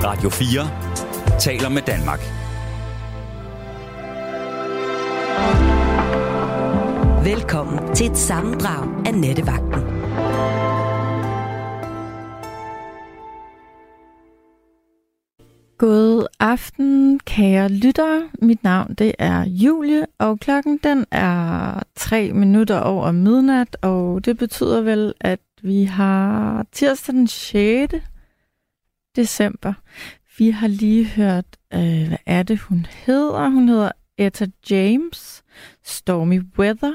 Radio 4 taler med Danmark. Velkommen til et sammendrag af Nattevagten. God aften, kære lyttere. Mit navn det er Julie, og klokken den er 3 minutter over midnat, og det betyder vel, at vi har tirsdag den 6. december. Vi har lige hørt, hvad er det, hun hedder? Hun hedder Etta James, Stormy Weather.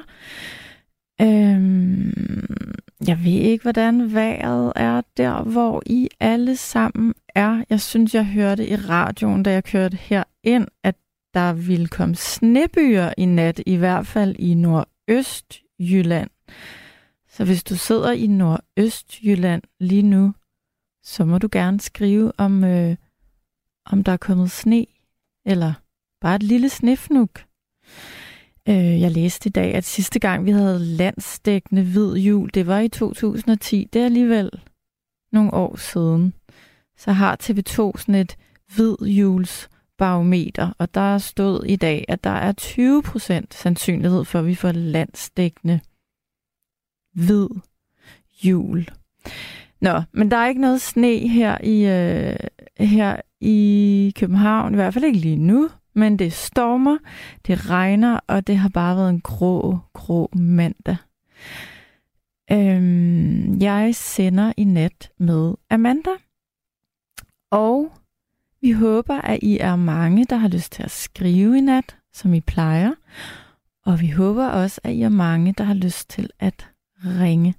Jeg ved ikke, hvordan vejret er der, hvor I alle sammen er. Jeg synes, jeg hørte i radioen, da jeg kørte herind, at der ville komme snebyer i nat, i hvert fald i Nordøstjylland. Så hvis du sidder i Nordøstjylland lige nu, så må du gerne skrive, om der er kommet sne, eller bare et lille snefnuk. Jeg læste i dag, at sidste gang vi havde landsdækkende hvid jul, det var i 2010. Det er alligevel nogle år siden. Så har TV2 sådan et hvid julesbarometer, og der stod i dag, at der er 20% sandsynlighed for, at vi får landsdækkende hvid jul. Nå, men der er ikke noget sne her i København, i hvert fald ikke lige nu. Men det stormer, det regner, og det har bare været en grå mandag. Jeg sender i nat med Amanda. Og vi håber, at I er mange, der har lyst til at skrive i nat, som I plejer. Og vi håber også, at I er mange, der har lyst til at ringe.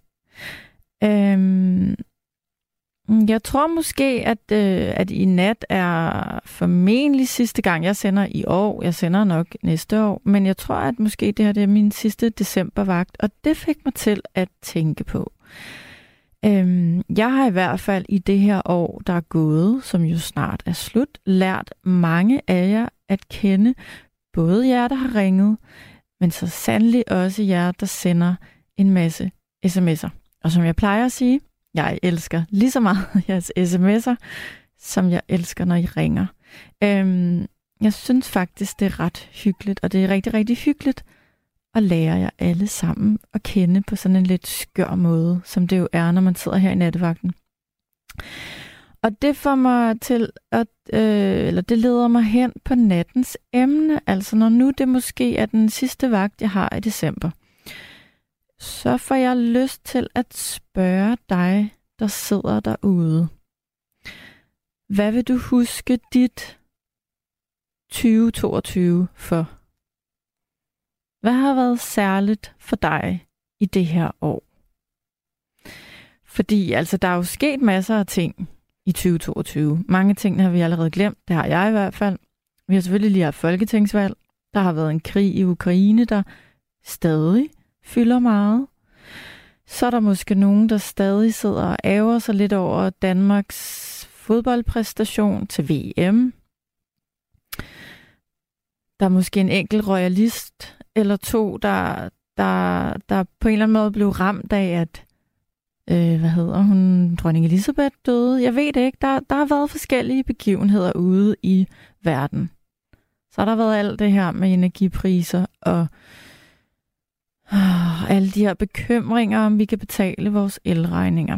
Jeg tror måske, at i nat er formentlig sidste gang, jeg sender i år. Jeg sender nok næste år. Men jeg tror, at måske det her det er min sidste decembervagt. Og det fik mig til at tænke på. Jeg har i hvert fald i det her år, der er gået, som jo snart er slut, lært mange af jer at kende. Både jer, der har ringet, men så sandelig også jer, der sender en masse sms'er. Og som jeg plejer at sige, jeg elsker lige så meget jeres sms'er, som jeg elsker, når I ringer. Jeg synes faktisk, det er ret hyggeligt, og det er rigtig, rigtig hyggeligt at lære jer alle sammen at kende på sådan en lidt skør måde, som det jo er, når man sidder her i nattevagten. Og det får mig til det leder mig hen på nattens emne, altså når nu det måske er den sidste vagt, jeg har i december. Så får jeg lyst til at spørge dig, der sidder derude. Hvad vil du huske dit 2022 for? Hvad har været særligt for dig i det her år? Fordi altså, der er jo sket masser af ting i 2022. Mange ting har vi allerede glemt. Det har jeg i hvert fald. Vi har selvfølgelig lige haft folketingsvalg. Der har været en krig i Ukraine, der stadig fylder meget. Så er der måske nogen, der stadig sidder og ærger sig lidt over Danmarks fodboldpræstation til VM. Der er måske en enkelt royalist eller to, der på en eller anden måde blev ramt af, at dronning Elisabeth døde. Jeg ved det ikke. Der har været forskellige begivenheder ude i verden. Så har der været alt det her med energipriser og alle de her bekymringer, om vi kan betale vores elregninger.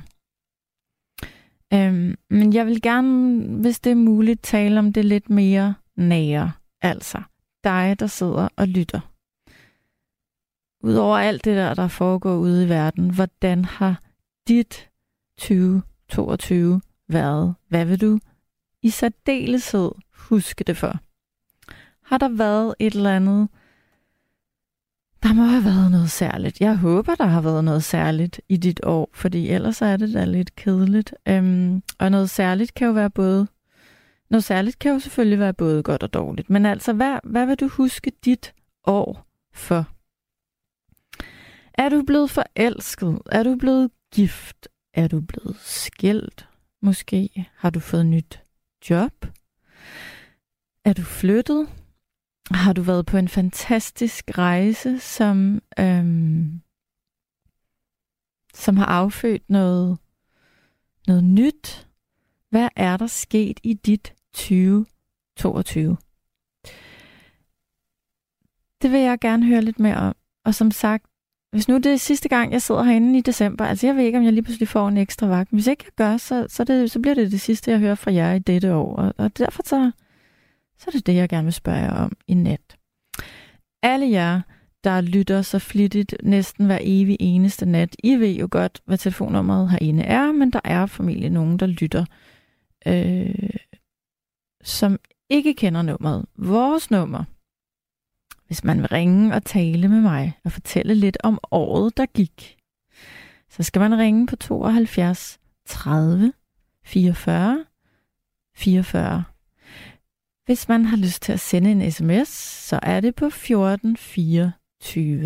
Men jeg vil gerne, hvis det er muligt, tale om det lidt mere nære. Altså dig, der sidder og lytter. Udover alt det der foregår ude i verden, hvordan har dit 2022 været? Hvad vil du i særdeleshed huske det for? Har der været et eller andet? Der må have været noget særligt. Jeg håber, der har været noget særligt i dit år, fordi ellers er det da lidt kedeligt. Og noget særligt kan jo være noget særligt kan jo selvfølgelig være både godt og dårligt. Men altså, hvad vil du huske dit år for? Er du blevet forelsket? Er du blevet gift? Er du blevet skilt? Måske har du fået nyt job? Er du flyttet? Har du været på en fantastisk rejse, som har affødt noget nyt, Hvad er der sket i dit 2022? Det vil jeg gerne høre lidt mere om. Og som sagt, hvis nu det er sidste gang, jeg sidder herinde i december, altså jeg ved ikke, om jeg lige pludselig får en ekstra vagt. Hvis ikke jeg gør, så bliver det sidste, jeg hører fra jer i dette år. Og derfor så er det det, jeg gerne vil spørge jer om i nat. Alle jer, der lytter så flittigt næsten hver evig eneste nat, I ved jo godt, hvad telefonnummeret herinde er, men der er formentlig nogen, der lytter, som ikke kender nummeret. Vores nummer, hvis man vil ringe og tale med mig og fortælle lidt om året, der gik, så skal man ringe på 72 30 44 44. Hvis man har lyst til at sende en sms, så er det på 1424.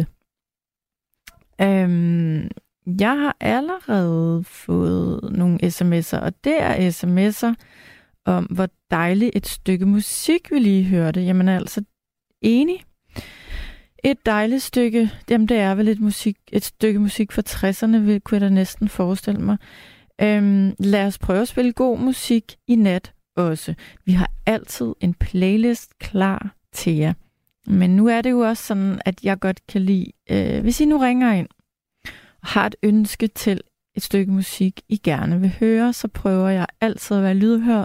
Jeg har allerede fået nogle sms'er, og det er sms'er om, hvor dejligt et stykke musik vi lige hørte. Jamen altså, enig. Et dejligt stykke, jamen det er vel et stykke musik fra 60'erne, kunne jeg da næsten forestille mig. Lad os prøve at spille god musik i nat også. Vi har altid en playlist klar til jer. Men nu er det jo også sådan, at jeg godt kan lide, hvis I nu ringer ind og har et ønske til et stykke musik, I gerne vil høre, så prøver jeg altid at være lydhør.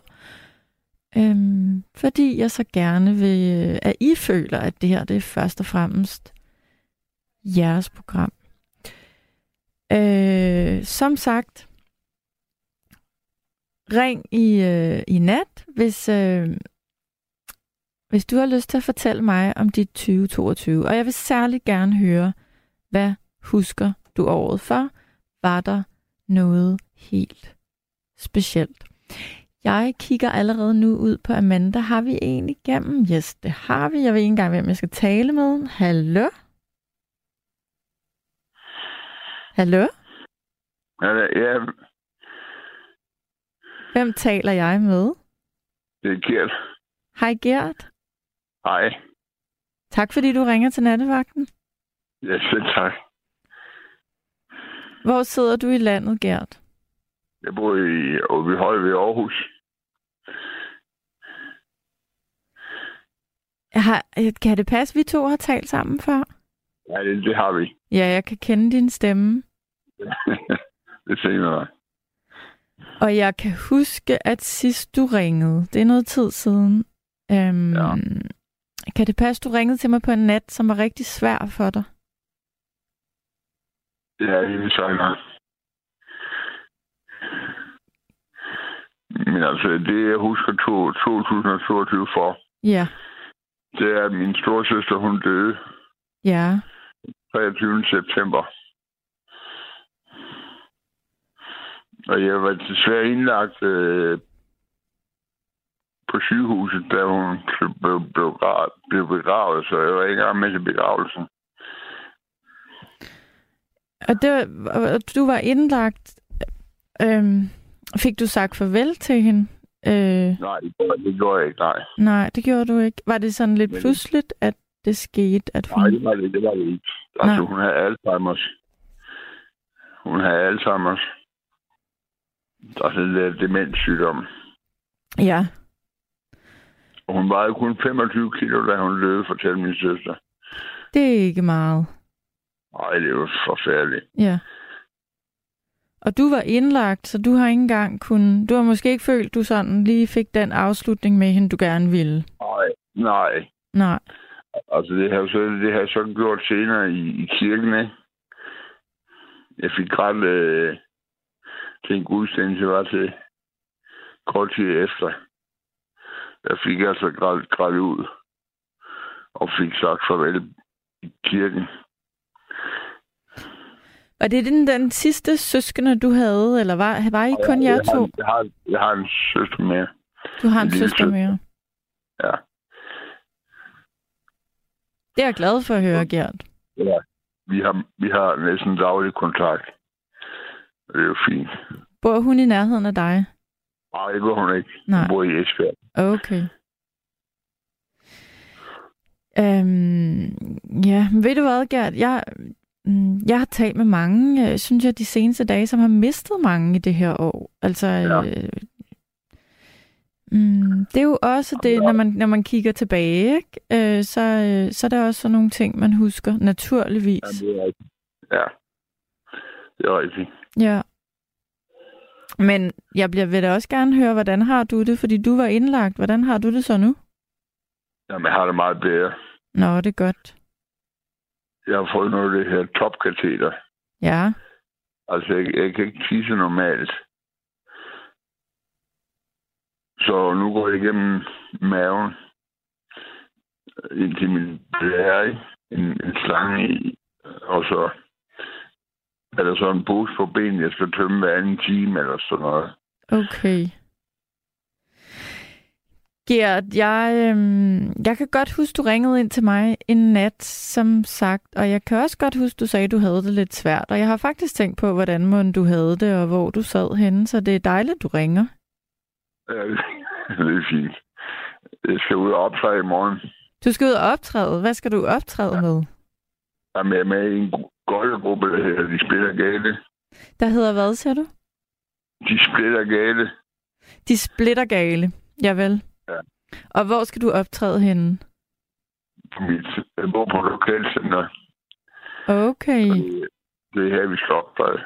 Fordi jeg så gerne vil, at I føler, at det her det er først og fremmest jeres program. Som sagt, ring i nat, hvis du har lyst til at fortælle mig om dit 2022. Og jeg vil særligt gerne høre, hvad husker du året for? Var der noget helt specielt? Jeg kigger allerede nu ud på Amanda. Har vi en igennem? Yes, det har vi. Jeg ved ikke engang, hvem jeg skal tale med. Hallo? Hallo? Ja. Hvem taler jeg med? Det er Gert. Hej Gert. Hej. Tak fordi du ringer til nattevagten. Ja, selv tak. Hvor sidder du i landet, Gert? Jeg bor oppe i Høj ved Aarhus. Kan det passe, vi to har talt sammen før? Ja, det har vi. Ja, jeg kan kende din stemme. Det ser jeg. Og jeg kan huske, at sidst du ringede, det er noget tid siden, ja. Kan det passe, du ringede til mig på en nat, som var rigtig svær for dig? Ja, det er så nok. Men altså, det jeg husker 2022 for, ja. Det er, at min storesøster, hun døde. Ja. 23. september. Og jeg var desværre indlagt på sygehuset, da hun blev begravet, så jeg var ikke engang med til begravelsen. Og du var indlagt. Fik du sagt farvel til hende? Nej, det gjorde jeg ikke, nej. Nej, det gjorde du ikke. Var det sådan lidt pludseligt, at det skete? At hun... Nej, det var det ikke. Altså, hun havde Alzheimer's. Altså, det er demenssygdom. Ja. Og hun vejede kun 25 kilo, da hun døde, fortalte min søster. Det er ikke meget. Nej, det var forfærdeligt. Ja. Og du var indlagt, så du har ikke engang du har måske ikke følt, du sådan lige fik den afslutning med hende, du gerne ville. Nej. Altså, det har jeg så gjort senere i kirken, ikke? Jeg fik grædt til en gudstjeneste, var til kort tid efter. Jeg fik altså grædt ud og fik sagt farvel i kirken. Var det den sidste søskende, du havde, eller var I kun jer to? Jeg har en søster mere. Du har en søster mere? Ja. Det er jeg glad for at høre, Gert. Ja, vi har næsten daglig kontakt. Det er jo fint. Bor hun i nærheden af dig? Nej, det gør hun ikke. Nej. Hun bor i Esbjerg. Okay. Ja, ved du hvad, Gert? Jeg har talt med mange, synes jeg, de seneste dage, som har mistet mange i det her år. Altså, Det er jo også det, når man kigger tilbage, ikke? Så er der også sådan nogle ting, man husker, naturligvis. Ja, det er rigtigt. Ja, det er rigtigt. Ja. Men vil da også gerne høre, hvordan har du det? Fordi du var indlagt. Hvordan har du det så nu? Jamen, jeg har det meget bedre. Nå, det er godt. Jeg har fået noget af det her topkateter. Ja. Altså, jeg kan ikke tisse normalt. Så nu går jeg igennem maven ind til min blære, en slange i, og så er der så en pose på benet, jeg skal tømme hver anden time eller sådan noget. Okay. Gert, jeg kan godt huske, du ringede ind til mig en nat, som sagt, og jeg kan også godt huske, du sagde, du havde det lidt svært, og jeg har faktisk tænkt på, hvordan du havde det, og hvor du sad henne, så det er dejligt, du ringer. Ja, det er fint. Jeg skal ud og optræde i morgen. Du skal ud og optræde? Hvad skal du optræde med? Jeg er med i en golfgruppe, der hedder De Splitter Gale. Der hedder hvad, siger du? De Splitter Gale. De Splitter Gale, javel. Ja. Og hvor skal du optræde henne? Jeg bor på lokalcenter. Okay. Det er her, vi skal optræde.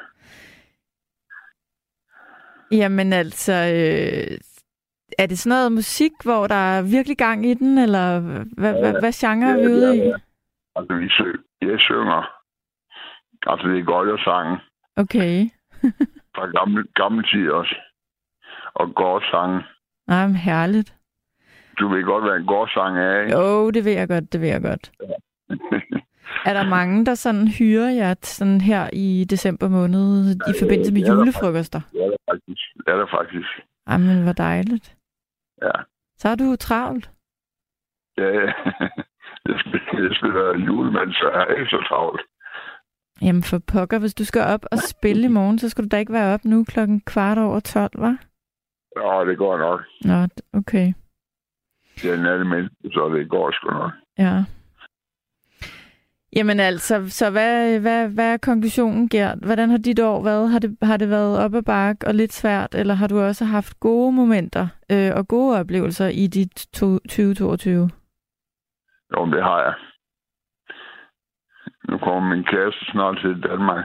Jamen altså, er det sådan noget musik, hvor der er virkelig gang i den, eller hvad genre er vi ude i? Altså, jeg synger. Altså, det er godt at sange. Okay. Fra gamle tid også. Og gårdsange. Jamen, herligt. Du ved godt, hvad en gårdsang er, ikke? Jo, det ved jeg godt. Ja. Er der mange, der sådan hyrer jer sådan her i december måned i forbindelse med julefrokoster? Ja, det er der faktisk. Jamen, hvor dejligt. Ja. Så er du travlt. Ja. Jeg spiller julemand, så er jeg ikke så travlt. Jamen for pokker, hvis du skal op og spille i morgen, så skal du da ikke være op nu 12:15, hva'? Ja, det går nok. Nå, okay. Det er en anden menneske, så det går sgu nok. Ja. Jamen altså, så hvad er konklusionen, Gert? Hvordan har dit år været? Har det været op ad bakke og lidt svært, eller har du også haft gode momenter og gode oplevelser i dit 2022? Jo, det har jeg. Nu kommer min kæreste snart til Danmark.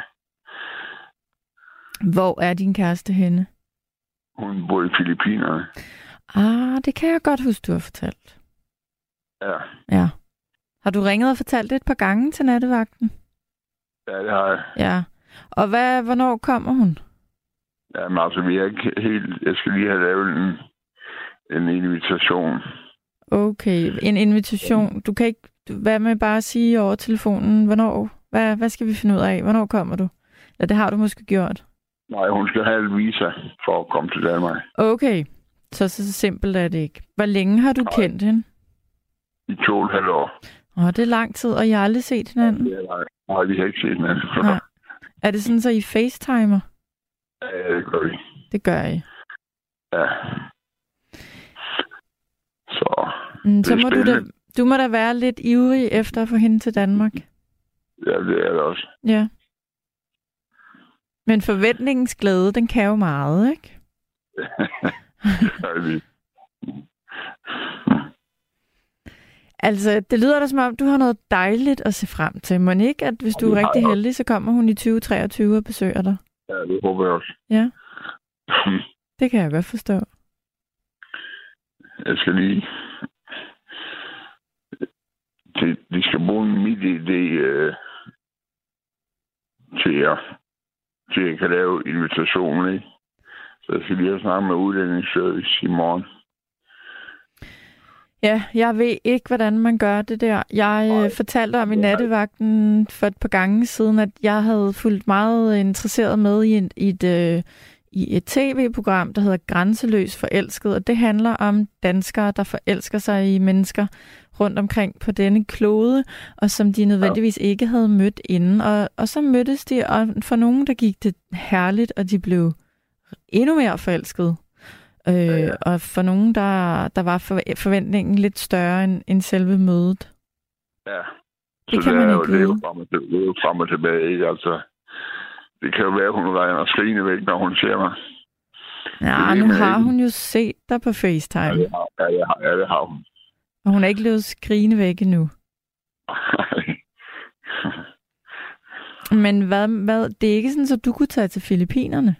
Hvor er din kæreste henne? Hun bor i Filippinerne. Det kan jeg godt huske, du har fortalt. Ja. Ja. Har du ringet og fortalt det et par gange til nattevagten? Ja, det har jeg. Ja. Og hvornår kommer hun? Jamen altså, vi er ikke helt... Jeg skal lige have lavet en invitation. Okay, en invitation. Du kan ikke... Hvad med bare at sige over telefonen, hvornår? Hvad skal vi finde ud af? Hvornår kommer du? Ja, det har du måske gjort. Nej, hun skal have et visa for at komme til Danmark. Okay, så simpelt er det ikke. Hvor længe har du kendt hende? I 2,5 år. Det er lang tid, og jeg har aldrig set hinanden. Nej, vi har ikke set hinanden. Nej. Er det sådan, så I facetimer? Ja, det gør vi. Det gør I? Ja. Så må du må da være lidt ivrig efter at få hende til Danmark. Ja, det er det også. Ja. Men forventningens glæde, den kan jo meget, ikke? Altså, det lyder da som om, du har noget dejligt at se frem til. Må ikke, at hvis du er rigtig heldig, så kommer hun i 2023 og besøger dig? Ja, det håber jeg også. Ja. Det kan jeg godt forstå. Jeg skal lige... De skal bruge mit idé til at jeg kan lave invitationen, ikke? Så jeg skal lige have snakket med Udlændingsservice i morgen. Ja, jeg ved ikke, hvordan man gør det der. Jeg fortalte om i nattevagten for et par gange siden, at jeg havde fulgt meget interesseret med i et tv-program, der hedder Grænseløs Forelsket, og det handler om danskere, der forelsker sig i mennesker rundt omkring på denne klode, og som de nødvendigvis ikke havde mødt inden. Og så mødtes de, og for nogen, der gik det herligt, og de blev endnu mere forelsket. Og for nogen, der var forventningen lidt større end selve mødet. Ja. Det kan man ikke vide. Det er jo frem og tilbage, ikke? Altså, det kan jo være, at hun regner skrigende væk, når hun ser mig. Ja, nu har hun jo set dig på FaceTime. Ja, det har hun. Og hun er ikke løbet skrigende væk endnu. Men hvad, det er ikke sådan, så du kunne tage til Filippinerne?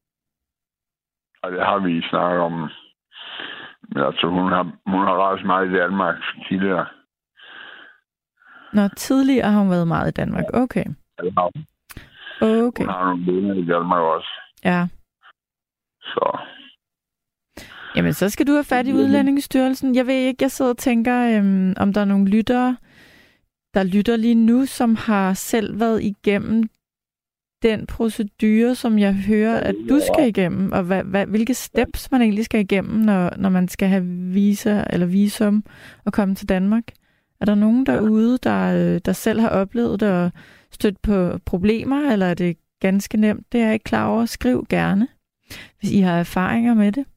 Og det har vi snakket om. Men altså, hun har rejst meget i Danmark tidligere. Nå, tidligere har hun været meget i Danmark. Okay. Ja, det har hun. Okay. Hun har nogle venner i Danmark også. Ja. Så. Jamen, så skal du have fat i Udlændingsstyrelsen. Jeg ved ikke, jeg sidder og tænker, om der er nogle lyttere, der lytter lige nu, som har selv været igennem den procedure, som jeg hører, at du skal igennem, og hvilke steps man egentlig skal igennem, når man skal have visa eller visum og komme til Danmark. Er der nogen derude, der selv har oplevet det og stødt på problemer, eller er det ganske nemt? Det er jeg ikke klar over. Skriv gerne, hvis I har erfaringer med det.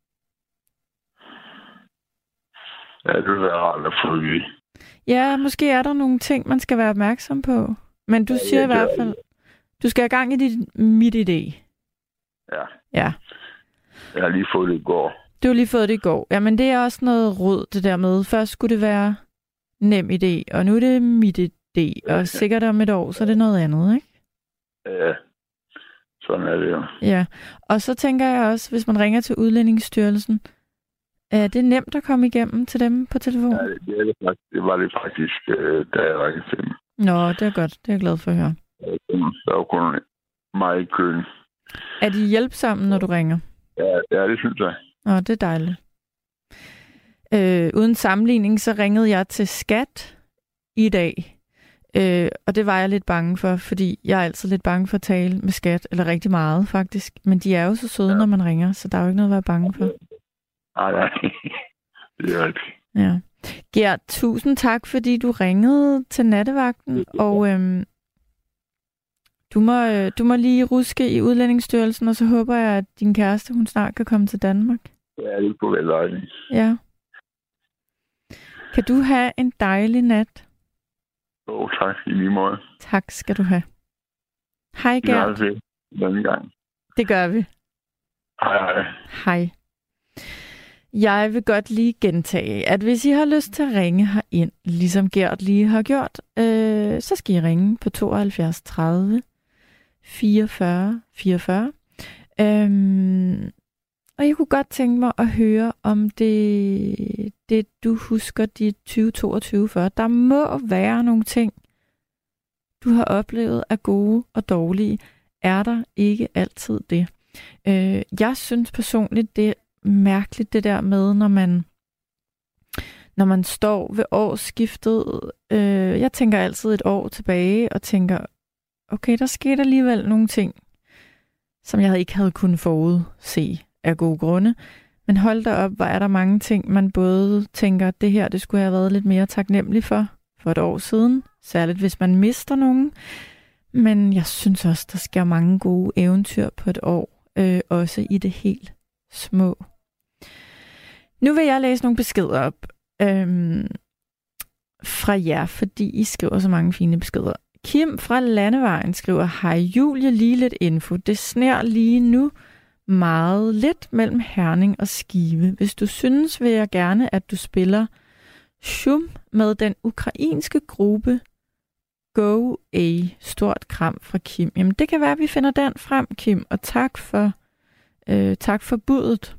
Ja, det vil være rart at få det. Ja, måske er der nogle ting, man skal være opmærksom på. Men du siger i hvert fald, du skal have gang i dit MitID. Ja. Ja. Jeg har lige fået det i går. Du har lige fået det i går. Jamen, det er også noget rod, det der med. Først skulle det være NemID, og nu er det MitID. Og sikkert om et år, så er det noget andet, ikke? Ja. Sådan er det jo. Ja. Og så tænker jeg også, hvis man ringer til Udlændingsstyrelsen, er det nemt at komme igennem til dem på telefon? Ja, det var det faktisk, da jeg ringede til dem. Nå, det er godt. Det er jeg glad for at høre. Der var kun mig i køen. Er de hjælpsomme, når du ringer? Ja, det synes jeg. Nå, det er dejligt. Uden sammenligning, så ringede jeg til Skat i dag. Og det var jeg lidt bange for, fordi jeg er altid lidt bange for at tale med Skat, eller rigtig meget faktisk. Men de er jo så søde, når man ringer, så der er jo ikke noget at være bange for. Nej. Det er rigtigt. Ja. Gert, tusind tak, fordi du ringede til nattevagten, og du må lige ruske i Udlændingsstyrelsen, og så håber jeg, at din kæreste, hun snart kan komme til Danmark. Ja, det kunne være dejligt. Ja. Kan du have en dejlig nat? Tak, i lige måde. Tak skal du have. Hej, Gert. Det denne gang. Det gør vi. Hej. Hej. Jeg vil godt lige gentage, at hvis I har lyst til at ringe herind, ligesom Gert lige har gjort, så skal I ringe på 72 30 44 44. Og jeg kunne godt tænke mig at høre om det du husker dit 2022 for. Der må være nogle ting, du har oplevet er gode og dårlige. Er der ikke altid det? Jeg synes personligt, det er mærkeligt det der med, når man står ved årsskiftet. Jeg tænker altid et år tilbage og tænker, okay, der skete alligevel nogle ting, som jeg ikke havde kunnet forudse af gode grunde. Men hold da op, hvor er der mange ting, man både tænker, det her, det skulle jeg have været lidt mere taknemmelig for et år siden. Særligt hvis man mister nogen. Men jeg synes også, der sker mange gode eventyr på et år. Også i det helt små. Nu vil jeg læse nogle beskeder op fra jer, fordi I skriver så mange fine beskeder. Kim fra Landevejen skriver, hej Julie, lige lidt info. Det sner lige nu meget lidt mellem Herning og Skive. Hvis du synes, vil jeg gerne, at du spiller Shum med den ukrainske gruppe Go A. Stort kram fra Kim. Jamen, det kan være, at vi finder den frem, Kim, og tak for budet.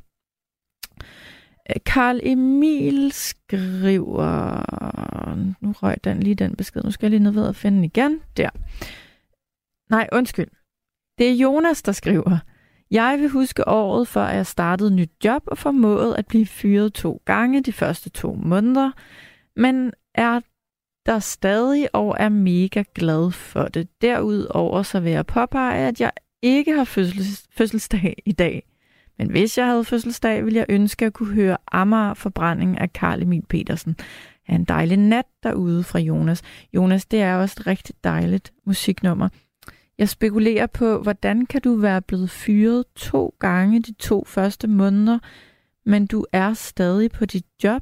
Karl Emil skriver... Nu røg den besked. Nu skal jeg lige ned ved at finde den igen. Der. Nej, undskyld. Det er Jonas, der skriver... Jeg vil huske året, før jeg startede nyt job og formåede at blive fyret 2 gange de første 2 måneder, men er der stadig og er mega glad for det. Derudover så vil jeg påpege, at jeg ikke har fødselsdag i dag. Men hvis jeg havde fødselsdag, ville jeg ønske at kunne høre Amager Forbrænding af Karl Emil Petersen. Ha' en dejlig nat derude fra Jonas. Jonas, det er også et rigtig dejligt musiknummer. Jeg spekulerer på, hvordan kan du være blevet fyret 2 gange de 2 første måneder, men du er stadig på dit job.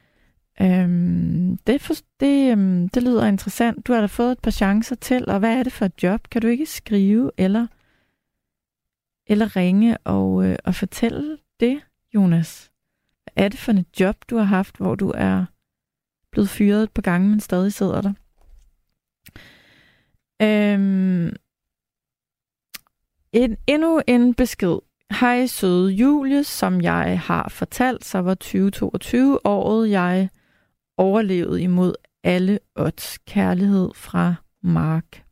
Det lyder interessant. Du har da fået et par chancer til, og hvad er det for et job? Kan du ikke skrive eller eller ringe og fortælle det, Jonas. Hvad er det for et job, du har haft, hvor du er blevet fyret et par gange, men stadig sidder der? Endnu en besked. Hej søde Julie, som jeg har fortalt, så var 2022 året, jeg overlevede imod alle odds. Kærlighed fra Mark.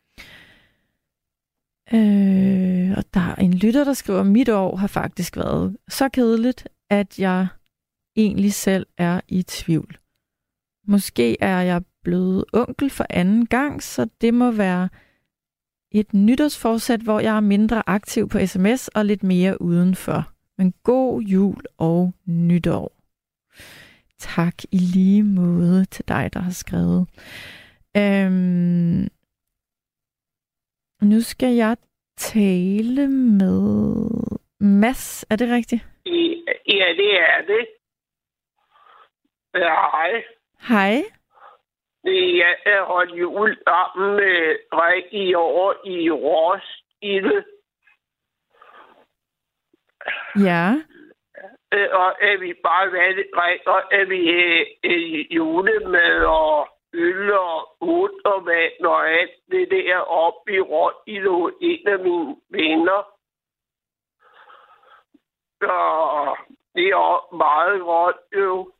Og der er en lytter, der skriver, mit år har faktisk været så kedeligt, at jeg egentlig selv er i tvivl. Måske er jeg blevet onkel for anden gang, så det må være et nytårsforsæt, hvor jeg er mindre aktiv på sms og lidt mere udenfor. Men god jul og nytår. Tak i lige måde til dig, der har skrevet. Nu skal jeg tale med Mads. Er det rigtigt? Ja, det er det. Hej. Hej. Jeg er holdt jul sammen med Rik i år i Roskilde. Ja. Og er vi bare valgt, Rik, og er vi julemad og øl og ud og vand og alt det der oppe i Roskilde, en af mine venner. Og det er også meget godt, jo.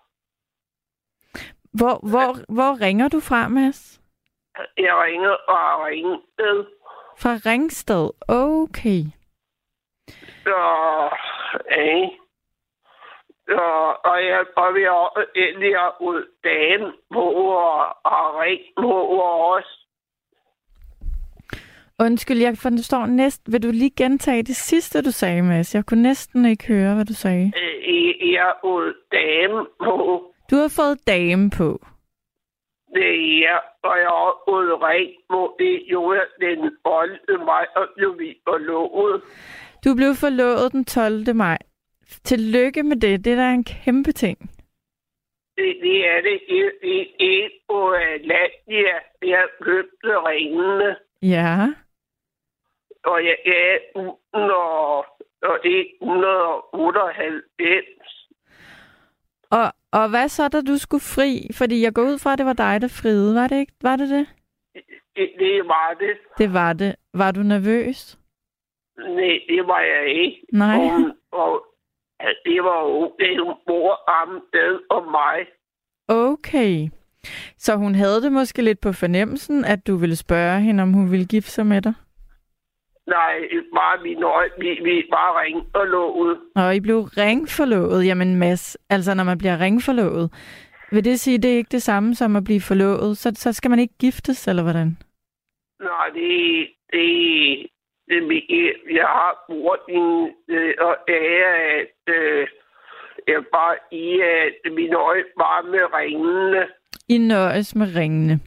Hvor ringer du fra, Mads? Jeg ringer fra Ringsted. Fra Ringsted? Okay. Og vi har endelig ud dagen på og ring på os. Undskyld, jeg forstår næsten. Vil du lige gentage det sidste, du sagde, Mads? Jeg kunne næsten ikke høre, hvad du sagde. Jeg har ud dame på. Du har fået dame på? Det er, og jeg har ud ring på det jo den 12. maj, og blev vi forlovet. Du blev forlovet den 12. maj. Tillykke med det. Det er da en kæmpe ting. Det er det. Det er på land, jeg købte ringene. Ja. Og jeg er 198. Og hvad så, da du skulle fri? Fordi jeg går ud fra, at det var dig, der friede. Var det ikke? Var det det? Det var det. Det var det. Var du nervøs? Nej, det var jeg ikke. Nej. Og det var jo mor, ham, død og mig. Okay. Så hun havde det måske lidt på fornemmelsen, at du ville spørge hende, om hun ville gifte sig med dig? Nej, bare vi bare ringede og lå ud. Og I blev ringforlovet? Jamen Mads, altså når man bliver ringforlovet, vil det sige, det er ikke det samme som at blive forlovet? Så skal man ikke giftes, eller hvordan? Nej, jeg har brugt og ære, at jeg bare i, at vi nøjes bare med ringene. I nøjes med ringene.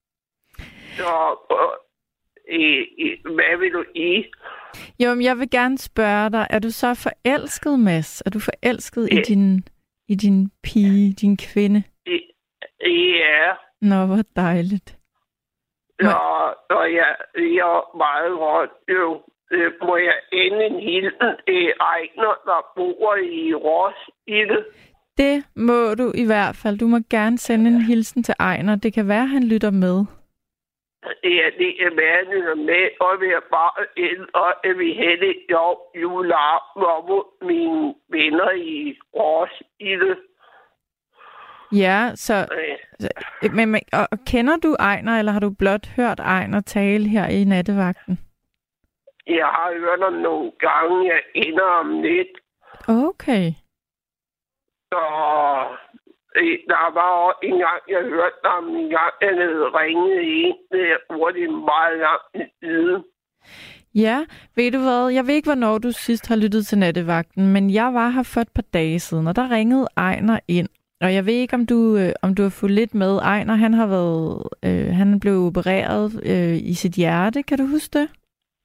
Hvad vil du i? Jo, men jeg vil gerne spørge dig, er du så forelsket, Mads? Er du forelsket i din pige, din kvinde? Ja. Nå, hvor dejligt. Og jeg er meget godt, jo. Må jeg ende en hilsen til Ejner, der bor i Roskilde? Det må du i hvert fald. Du må gerne sende en hilsen til Ejner. Det kan være, han lytter med. Ja, det er værende med, og vi er bare ind, og vi hætte juleaften mod mine venner i Roskilde. Ja, men og kender du Ejner, eller har du blot hørt Ejner tale her i nattevagten? Jeg har hørt om nogle gange, jeg ender om lidt. Okay. Og der var også en gang, jeg hørte om en gang, han havde ringet en, der hurtigt meget langt siden. Ja, ved du hvad? Jeg ved ikke, hvornår du sidst har lyttet til nattevagten, men jeg var her for et par dage siden, og der ringede Ejner ind. Og jeg ved ikke, om du har fulgt lidt med. Ejner, han blev opereret i sit hjerte. Kan du huske det?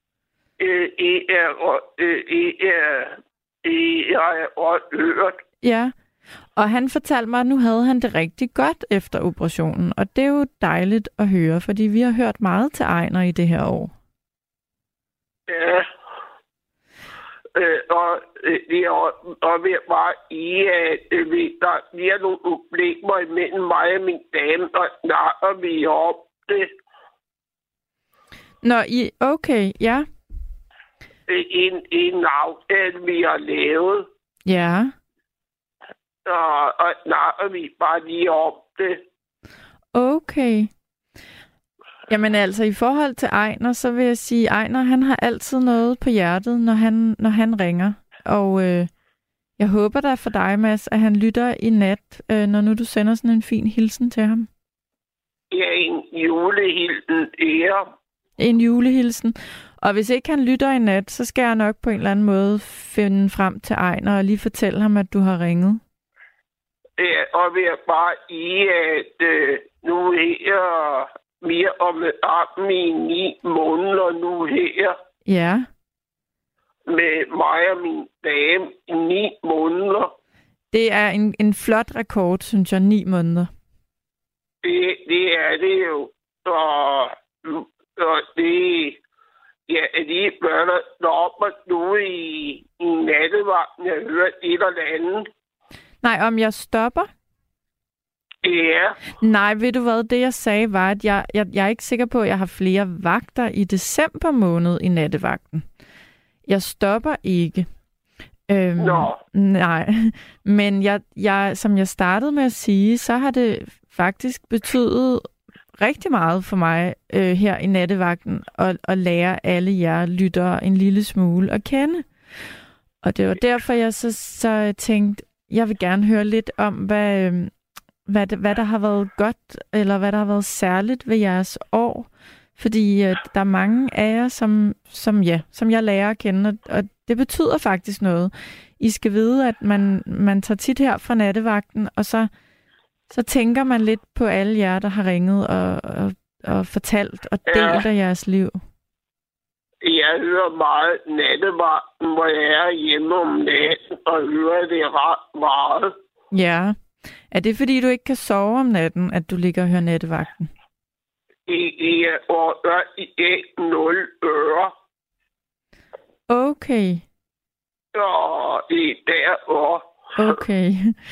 Jeg har også hørt. Ja, og han fortalte mig, at nu havde han det rigtig godt efter operationen. Og det er jo dejligt at høre, fordi vi har hørt meget til Ejner i det her år. Ja. Og vil bare sige, at der bliver nogle problemer imellem mig og min dame, og snakker vi om det. Nå, okay, ja. En aftale, vi har lavet. Ja. Og snakker vi bare lige om det. Okay. Jamen altså, i forhold til Ejner, så vil jeg sige, Ejner, han har altid noget på hjertet, når han ringer. Og jeg håber da for dig, Mads, at han lytter i nat, når nu du sender sådan en fin hilsen til ham. Ja, en julehilsen ære. En julehilsen. Og hvis ikke han lytter i nat, så skal jeg nok på en eller anden måde finde frem til Ejner og lige fortælle ham, at du har ringet. Ja, og vil jeg bare sige, at nu her mere om i 9 måneder nu her. Ja. Med mig og min dame i 9 måneder. Det er en flot rekord, synes jeg, 9 måneder. Det er det jo. Og det... Ja, de børn, der op nu i nattevagten, jeg hører et eller andet. Nej, om jeg stopper? Ja. Nej, ved du hvad, det jeg sagde var, at jeg er ikke sikker på, at jeg har flere vagter i december måned i nattevagten. Jeg stopper ikke. Nå. Nej, men jeg, som jeg startede med at sige, så har det faktisk betydet rigtig meget for mig her i nattevagten at lære alle jer lyttere en lille smule at kende. Og det var derfor, jeg så tænkte, jeg vil gerne høre lidt om, hvad der har været godt, eller hvad der har været særligt ved jeres år. Fordi der er mange af jer, som jeg lærer at kende, og det betyder faktisk noget. I skal vide, at man tager tit her fra nattevagten, og så tænker man lidt på alle jer, der har ringet og fortalt og delt af jeres liv. Jeg hører meget nattevagten, hvor jeg er hjemme om natten, og hører det ret meget. Ja. Er det, fordi du ikke kan sove om natten, at du ligger og hører nattevagten? Ja, og i 0 øre. Okay. Og det er derfor. Okay.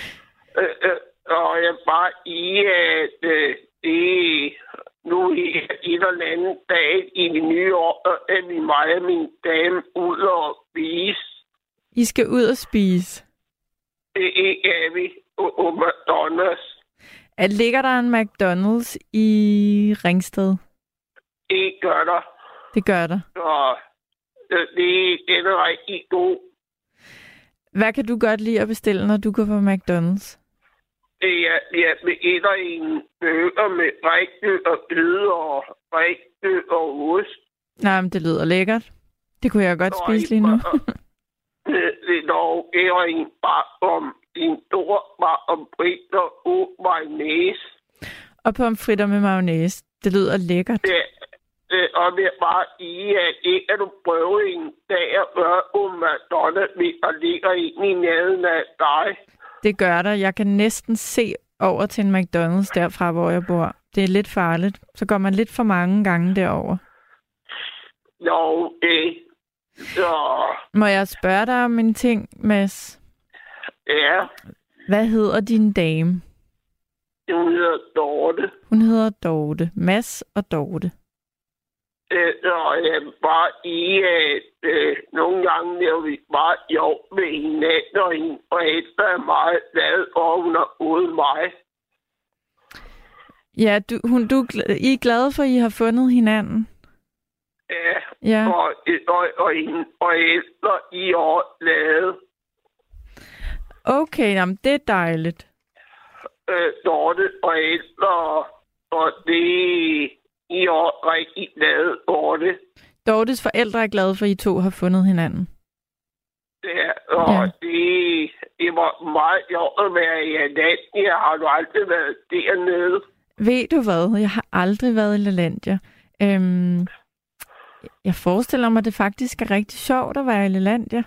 Og jeg bare at det nu et eller andet dag i det nye år, at vi mig og min dame ud og spise. I skal ud og spise? Det er vi på McDonald's. Ligger der en McDonald's i Ringsted? Det gør der. Det gør der? Og det er rigtig god. Hvad kan du godt lide at bestille, når du går på McDonald's? Jeg æder en burger med rigtig og kød og rigtig og ost. Nej, men det lyder lækkert. Det kunne jeg godt spise lige nu. Det dog er en bare om en stor pomfritter og mayonnaise. Og pomfritter med mayonnaise. Det lyder lækkert. Og det er bare at det kan du prøve en dag at gøre om McDonald's, og ligger ind i nærheden af dig. Det gør der. Jeg kan næsten se over til en McDonald's derfra, hvor jeg bor. Det er lidt farligt. Så går man lidt for mange gange derover. Jo, så... Må jeg spørge dig om en ting, Mads? Ja. Hvad hedder din dame? Hun hedder Dorte. Hun hedder Dorte. Mads og Dorte. Og jeg bare at nogle gange laver vi bare jobb med hinanden, og hende forældre er meget glad, og hun er ude mig. Ja, I er glade for, at I har fundet hinanden? Ja. Og hende forældre, I er glade. Okay, jamen, det er dejligt. Dorte forældre, og det... I er rigtig glade for det. Dortes forældre er glade for, at I to har fundet hinanden. Ja, og det var meget sjovt at være i LaLandia. Jeg har du aldrig været dernede. Ved du hvad? Jeg har aldrig været i LaLandia. Jeg forestiller mig, at det faktisk er rigtig sjovt at være i LaLandia.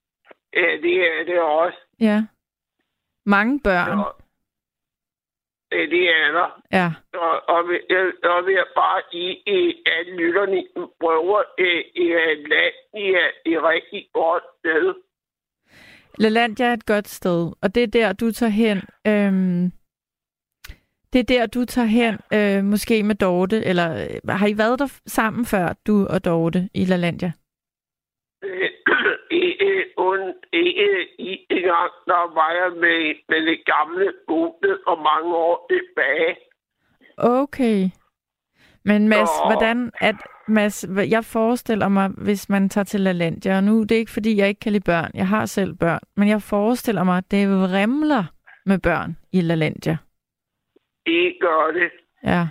Ja, det er det også. Ja. Mange børn. det er der. Ja. Og vil jeg bare at lytterne prøver LaLandia i rigtig godt sted. LaLandia er et godt sted, og det er der, du tager hen. Det er der, du tager hen, måske med Dorte, eller har I været der sammen før, du og Dorte, i LaLandia? En gang, der var jeg med det gamle boet og mange år tilbage. Okay. Men Mads, jeg forestiller mig, hvis man tager til LaLandia, og nu det er ikke fordi, jeg ikke kan lide børn, jeg har selv børn, men jeg forestiller mig, at det vrimler med børn i LaLandia. Det gør det. Ja.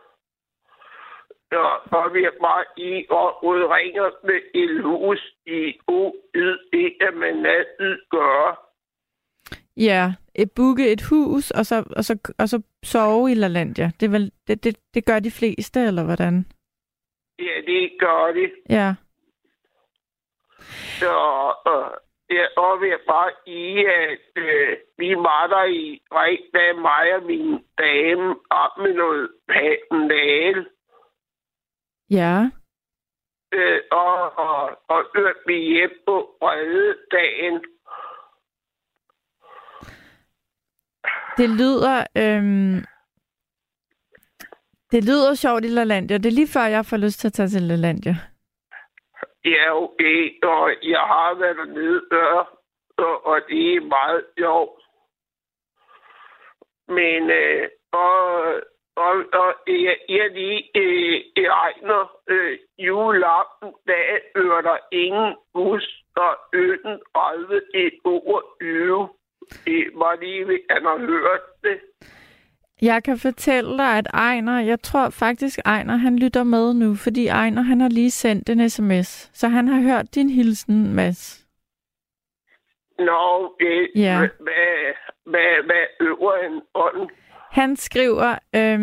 Og vi er bare og udringer med et hus i det kan man altid gøre. Ja, booke et hus, og så sove i LaLandia. Det gør de fleste, eller hvordan? Ja, det gør det. Ja. Og vi er bare at vi var der i fredag, mig og min dame, op med noget personale. Ja. Og hørte vi hjem på fredagen. Det lyder sjovt i LaLandia. Det er lige før, jeg får lyst til at tage til LaLandia. Ja, okay. Og jeg har været dernede før, og det er meget sjovt. Men, jeg lige regner juleaften, der hører der ingen bus, og 30 et år 20. Det var lige ved, at han har hørt det. Jeg kan fortælle dig, at Ejner, jeg tror faktisk, Ejner, han lytter med nu, fordi Ejner, han har lige sendt en sms. Så han har hørt din hilsen, Mads. Nå, ja. Hvad øver han on? Han skriver,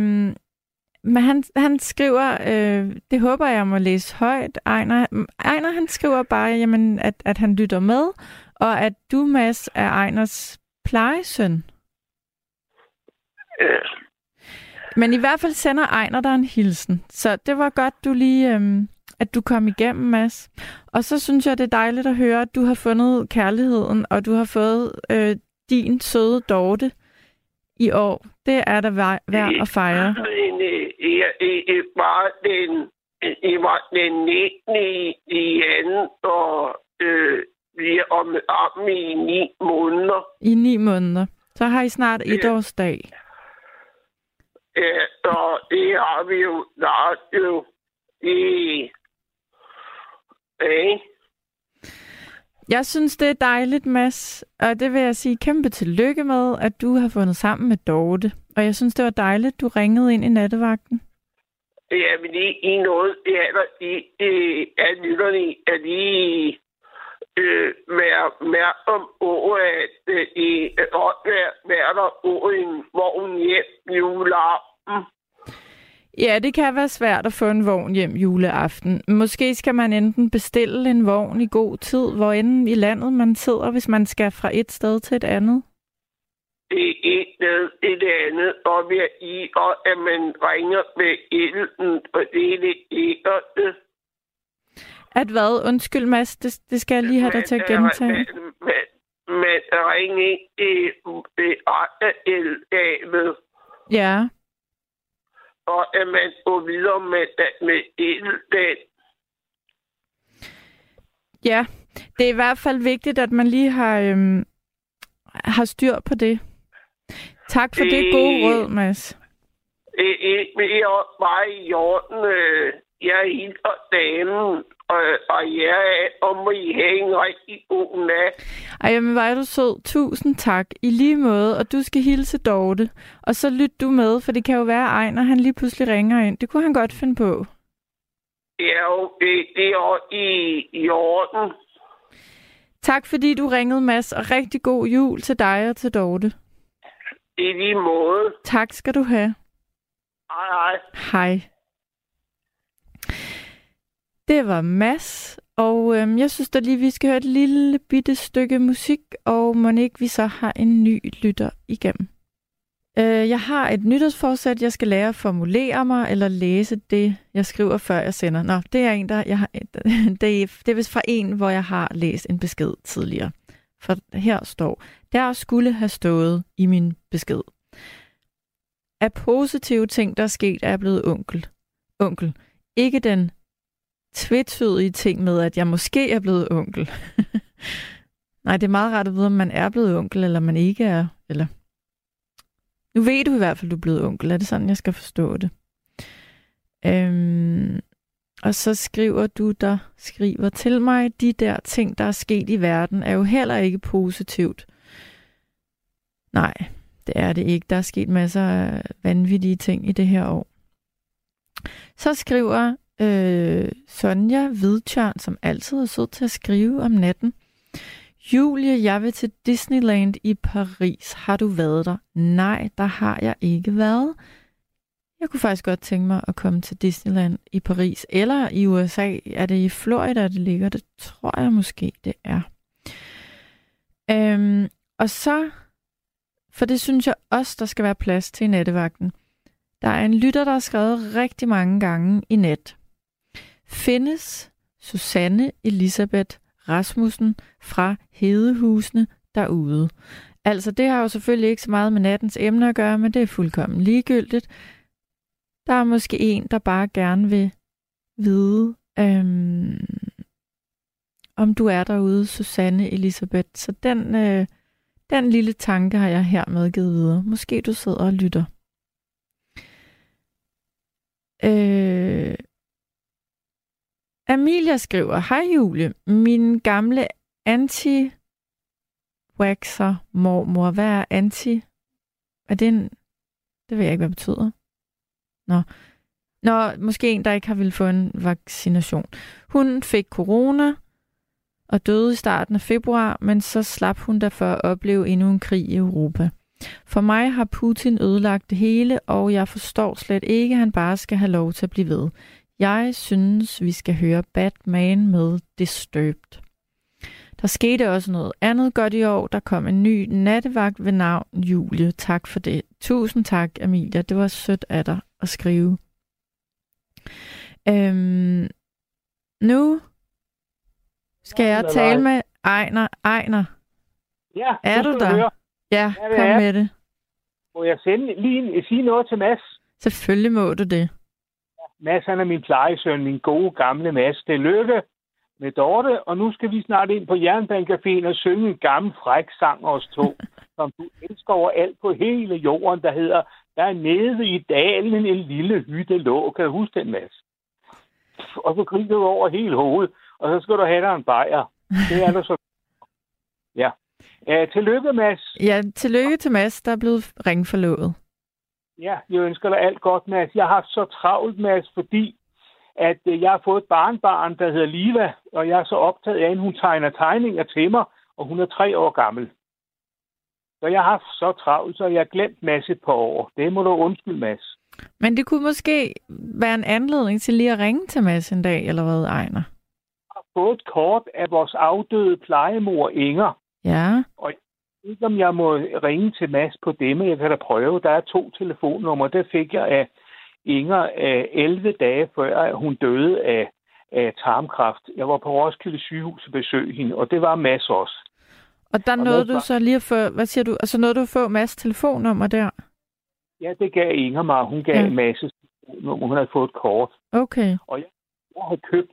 han skriver, det håber jeg må læse højt, Ejner han skriver bare, jamen, at han lytter med, og at du, Mads, er Ejners plejesøn. Men i hvert fald sender Ejner dig en hilsen. Så det var godt, du lige, at du kom igennem, Mads. Og så synes jeg, det er dejligt at høre, at du har fundet kærligheden, og du har fået din søde Dorte i år. Det er da værd at fejre. Det var den 19. i anden, og vi er om i 9 måneder. I 9 måneder. Så har I snart etårsdag. Ja, og det har vi jo snart jo. Jeg synes, det er dejligt, Mads. Og det vil jeg sige kæmpe tillykke med, at du har fundet sammen med Dorte. Og jeg synes, det var dejligt, du ringede ind i nattevagten. Ja, men det er i noget, det er der at lytterne er lige være opmærksom over, at det er godt være der over en vogn hjem juleaften. Ja, det kan være svært at få en vogn hjem juleaften. Måske skal man enten bestille en vogn i god tid, hvor enden i landet man sidder, hvis man skal fra et sted til et andet. Et sted et andet, og at man ringer med elden, og det er det ikke. At hvad? Undskyld, Mads, det skal jeg lige have dig til at gentage. Man ringer i el-damet. Ja. Og at man går videre med el-dagen. Ja, det er i hvert fald vigtigt, at man lige har styr på det. Tak for det gode råd, Mads. Det er bare i orden. Jeg hilser damen, og jeg må I have en rigtig god nat. Ej, jamen, var du sød. Tusind tak. I lige måde, og du skal hilse Dorte. Og så lyt du med, for det kan jo være, at Ejner, han lige pludselig ringer ind. Det kunne han godt finde på. Ja, det er også i orden. Tak fordi du ringede, Mads, og rigtig god jul til dig og til Dorte. I lige måde. Tak skal du have. Hej. Hej. Det var Mads, og jeg synes da lige, vi skal høre et lille bitte stykke musik, og må ikke vi så har en ny lytter igennem. Jeg har et nytårsforsæt. Jeg skal lære at formulere mig, eller læse det, jeg skriver, før jeg sender. Nå, det er en, der... det er vist fra en, hvor jeg har læst en besked tidligere. For her står, der skulle have stået i min besked. Af positive ting, der er sket, er jeg blevet onkel. Ikke den tvetydige ting med, at jeg måske er blevet onkel. Nej, det er meget rart at vide, om man er blevet onkel, eller man ikke er. Eller... Nu ved du i hvert fald, du er blevet onkel. Er det sådan, jeg skal forstå det? Og så skriver til mig, de der ting, der er sket i verden, er jo heller ikke positivt. Nej, det er det ikke. Der er sket masser af vanvittige ting i det her år. Så skriver Sonja Hvidtjørn, som altid er sød til at skrive om natten. Julie, jeg vil til Disneyland i Paris. Har du været der? Nej, der har jeg ikke været. Jeg kunne faktisk godt tænke mig at komme til Disneyland i Paris. Eller i USA. Er det i Florida, det ligger? Det tror jeg måske, det er. Og så, for det synes jeg også, der skal være plads til i nattevagten. Der er en lytter, der har skrevet rigtig mange gange i nat. Findes Susanne Elisabeth Rasmussen fra Hedehusene derude? Altså, det har jo selvfølgelig ikke så meget med nattens emne at gøre, men det er fuldkommen ligegyldigt. Der er måske en, der bare gerne vil vide, om du er derude, Susanne Elisabeth. Så den lille tanke har jeg hermed givet videre. Måske du sidder og lytter. Amelia skriver, hej Julie, min gamle anti-waxer mormor. Hvad er anti? Er det en... Det ved jeg ikke, hvad det betyder. Nå, måske en, der ikke har ville få en vaccination. Hun fik corona og døde i starten af februar, men så slap hun derfor at opleve endnu en krig i Europa. For mig har Putin ødelagt det hele, og jeg forstår slet ikke, at han bare skal have lov til at blive ved. Jeg synes, vi skal høre Batman med Disturbed. Der skete også noget andet godt i år. Der kom en ny nattevagt ved navn Julie. Tak for det. Tusind tak, Amelia. Det var sødt af dig at skrive. Nu skal jeg tale med Ejner. Ja, er du der? Høre. Ja, kom med det. Må jeg sige noget til Mads? Selvfølgelig må du det. Mads, han er min plejesøn, min gode gamle Mads. Det er Lykke med Dorte, og nu skal vi snart ind på Jernbanecaféen og synge en gammel fræk sang os to, som du elsker overalt på hele jorden, der hedder, der er nede i dalen en lille hytte lå. Kan du huske den, Mads? Og så griner du over hele hovedet, og så skal du have dig en bajer. Det er der så. Ja. Tillykke, Mads. Ja, tillykke til Mads, der er blevet ringforlovet. Ja, jeg ønsker dig alt godt, Mads. Jeg har haft så travlt, Mads, fordi at jeg har fået et barnbarn, der hedder Liva, og jeg er så optaget af, at hun tegner tegninger til mig, og hun er 3 år gammel. Så jeg har haft så travlt, så jeg har glemt Mads et par år. Det må du undskylde, Mads. Men det kunne måske være en anledning til lige at ringe til Mads en dag, eller hvad, Ejner? Jeg har fået et kort af vores afdøde plejemor Inger. Ja. Og ikke om jeg må ringe til Mads på det, men jeg kan da prøve. Der er 2 telefonnumre. Det fik jeg af Inger 11 dage før hun døde af tarmkræft. Jeg var på Roskilde sygehus og besøgte hende, og det var Mads også. Og der nåede du så lige at få, hvad siger du, altså nåede du at få Mads telefonnummer der? Ja, det gav Inger mig. Hun gav en masse telefonnummer. Hun havde fået et kort. Okay. Og jeg har købt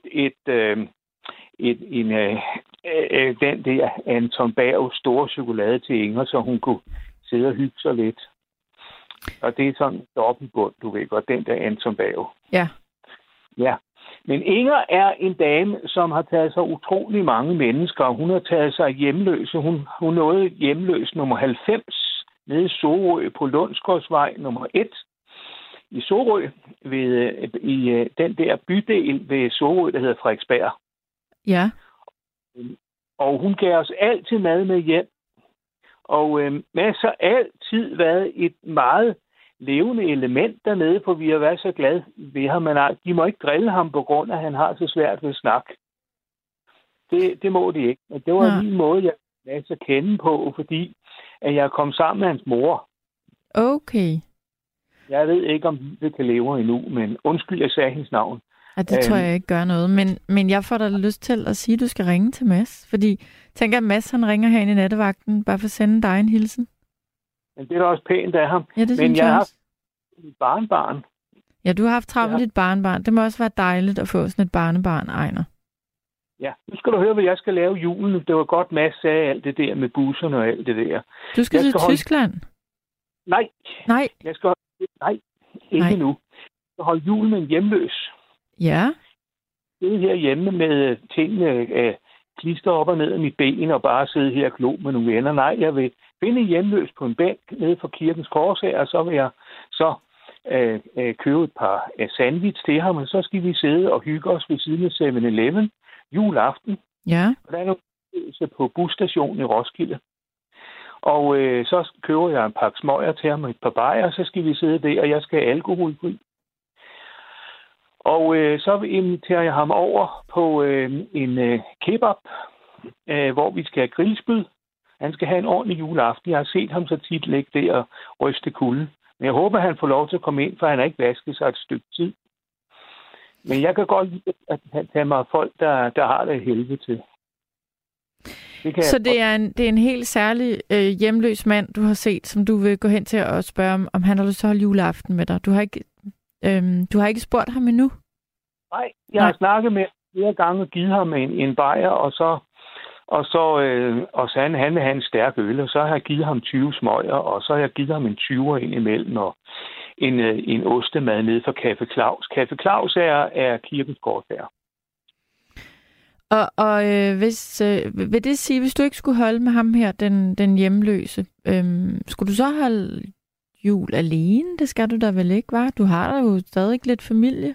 den der Anton Berg store chokolade til Inger, så hun kunne sidde og hygge sig lidt. Og det er sådan dobbeltbund, du ved godt, den der Anton Berg. Ja. Ja. Men Inger er en dame, som har taget sig utrolig mange mennesker. Hun har taget sig hjemløse. Hun nåede hjemløs nummer 90 nede i Sorø på Lundsgårdsvej nummer 1 i Sorø, i den der bydel ved Sorø, der hedder Frederiksberg. Ja. Og hun gav os altid mad med hjem. Og Mads har altid været et meget levende element dernede, for vi har været så glade ved ham. Men de må ikke drille ham på grund af, at han har så svært ved at snakke. Det må de ikke. Og det var en måde, jeg lærte at kende på, fordi at jeg kom sammen med hans mor. Okay. Jeg ved ikke, om livet kan leve endnu, men undskyld, jeg sagde hendes navn. Ja, det tror jeg ikke gør noget. Men jeg får da lyst til at sige, at du skal ringe til Mads. Fordi tænker, at Mads han ringer herinde i nattevagten, bare for at sende dig en hilsen. Men det er da også pænt af ham. Ja, det men jeg har også. haft et barnbarn. Ja, du har haft travlt med dit barnbarn. Det må også være dejligt at få sådan et barnebarn, Ejner. Ja, nu skal du høre, hvad jeg skal lave julen. Det var godt, Mads sagde alt det der med busserne og alt det der. Du skal til Tyskland? Nej. Nej. Nej, ikke nu. Jeg skal holde jul med en hjemløs. Ja. Det er her hjemme med tingene klister op og ned af mit ben og bare sidde her og glo med nogle venner. Nej, jeg vil finde en hjemløs på en bænk nede for Kirkens Korshær, og så vil jeg så købe et par sandwich til ham, og så skal vi sidde og hygge os ved siden af 7-Eleven juleaften. Ja. Og der er noget på busstationen i Roskilde. Og så køber jeg en pakke smøger til ham og et par bajer, og så skal vi sidde der, og jeg skal have alkoholfri. Og så inviterer jeg ham over på en kebab, hvor vi skal have grillspyd. Han skal have en ordentlig juleaften. Jeg har set ham så tit ligge der og ryste kulde. Men jeg håber, han får lov til at komme ind, for han har ikke vasket sig et stykke tid. Men jeg kan godt lide at tage mig folk, der har det helvede til. Så det er en helt særlig hjemløs mand, du har set, som du vil gå hen til og spørge, om han har lyst til at holde juleaften med dig. Du har ikke spurgt ham endnu? Nej, jeg har snakket med flere gange og givet ham en bajer, og så han vil have en stærk øl, og så har jeg givet ham 20 smøger, og så har jeg givet ham en 20'er ind imellem, og en ostemad nede for Café Claus. Café Claus er Kirkens Korshær. Og vil det sige, hvis du ikke skulle holde med ham her, den hjemløse, skulle du så holde jul alene? Det skal du da vel ikke, hva'? Du har da jo stadig lidt familie.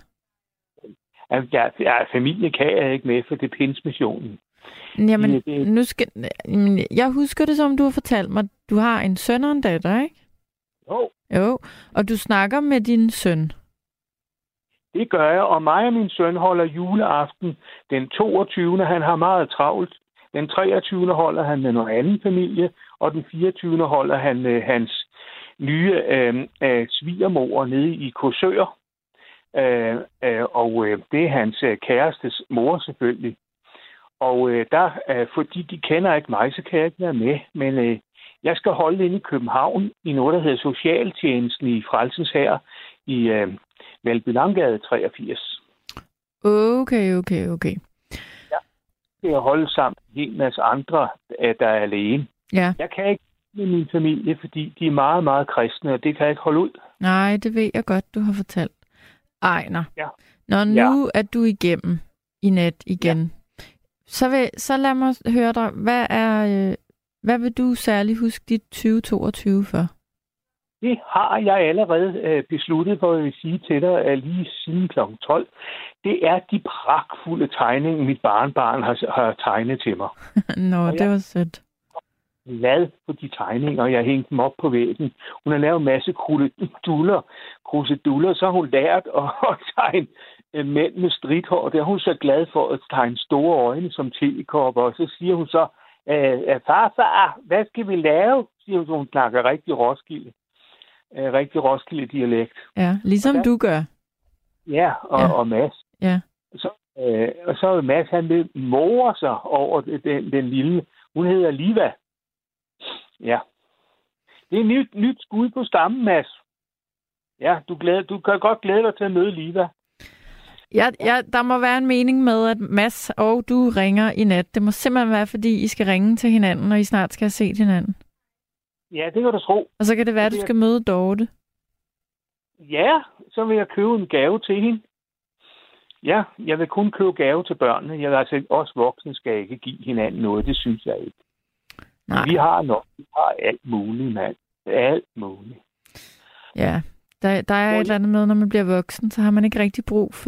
Familie kan jeg ikke med, for det er pinsemissionen. Jamen, jeg husker det, som du har fortalt mig. Du har en søn og en datter, ikke? Jo, og du snakker med din søn. Det gør jeg, og mig og min søn holder juleaften den 22. Han har meget travlt. Den 23. holder han med noget anden familie, og den 24. holder han med hans nye svigermor nede i Korsør. Og det er hans kærestes mor selvfølgelig. Og fordi de kender ikke mig, så kan jeg ikke være med. Men jeg skal holde inde i København i noget, der hedder Socialtjenesten i Frelsens Hær i Valby-Langgade 83. Okay. Ja, det er at holde sammen med en masse andre, der er alene. Ja. Jeg kan ikke med min familie, fordi de er meget, meget kristne, og det kan jeg ikke holde ud. Nej, det ved jeg godt, du har fortalt. Ejner, når nu er du igennem i nat igen, så lad mig høre dig, hvad vil du særligt huske dit 2022 for? Det har jeg allerede besluttet, for jeg vil sige til dig, at lige siden kl. 12. Det er de pragtfulde tegninger, mit barnbarn har tegnet til mig. Nå, det var sødt. Glad på de tegninger, og jeg hængte dem op på væggen. Hun har lavet en masse kruseduller, så har hun lært at tegne mænd med stridthår. Det er hun så glad for at tegne store øjne som tekopper, og så siger hun så, far, hvad skal vi lave? Siger hun, så hun snakker rigtig Roskilde-dialekt. Ja, ligesom du gør. Ja, og Mads. Ja. Og så Mads, han vil more sig over den lille. Hun hedder Liva. Ja. Det er nyt skud på stammen, Mads. Ja, du kan godt glæde dig til at møde Liva. Ja, der må være en mening med, at Mads og du ringer i nat. Det må simpelthen være, fordi I skal ringe til hinanden, når I snart skal have set hinanden. Ja, det kan du tro. Og så kan det være, at du skal møde Dorte. Ja, så vil jeg købe en gave til hende. Ja, jeg vil kun købe gave til børnene. Jeg vil altså også voksne skal ikke give hinanden noget. Det synes jeg ikke. Nej. Vi har alt muligt, mand. Alt muligt. Ja, der er et eller andet med, når man bliver voksen, så har man ikke rigtig brug for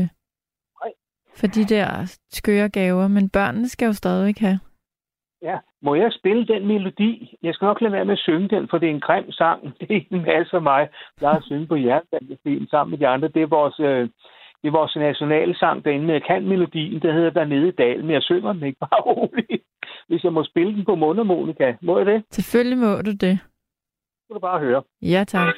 de der skøre gaver. Men børnene skal jo stadig have. Ja, må jeg spille den melodi? Jeg skal nok lade være med at synge den, for det er en grim sang. Det er en masse af mig, der har synget på Jernbanen sammen med de andre. Det er vores nationale sang derinde, men jeg kan melodien, der hedder Dernede i dalen, men jeg synger den ikke bare roligt. Hvis jeg må spille den på mundharmonika, må jeg det? Selvfølgelig må du det. skal du bare høre. Ja, tak.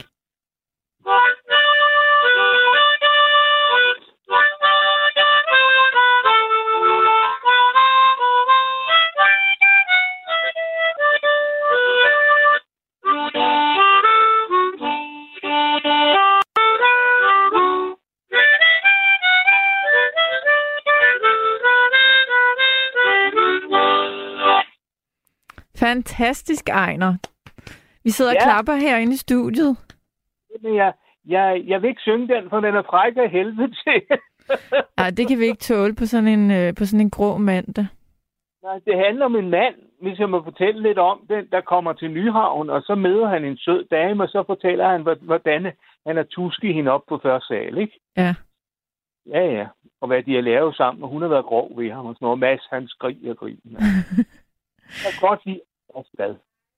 Fantastisk, Ejner. Vi sidder og klapper herinde i studiet. Men jeg vil ikke synge den, for den er fræk af helvede til. Nej, det kan vi ikke tåle på sådan en grå mandag. Nej, det handler om en mand, hvis jeg må fortælle lidt om den, der kommer til Nyhavn, og så møder han en sød dame, og så fortæller han, hvordan han har tusket hende op på første sal, ikke? Ja. Ja. Og hvad de har lavet sammen, og hun har været grov ved ham, og sådan noget. Mads, han skriger og griner. Jeg kan godt lide hvad.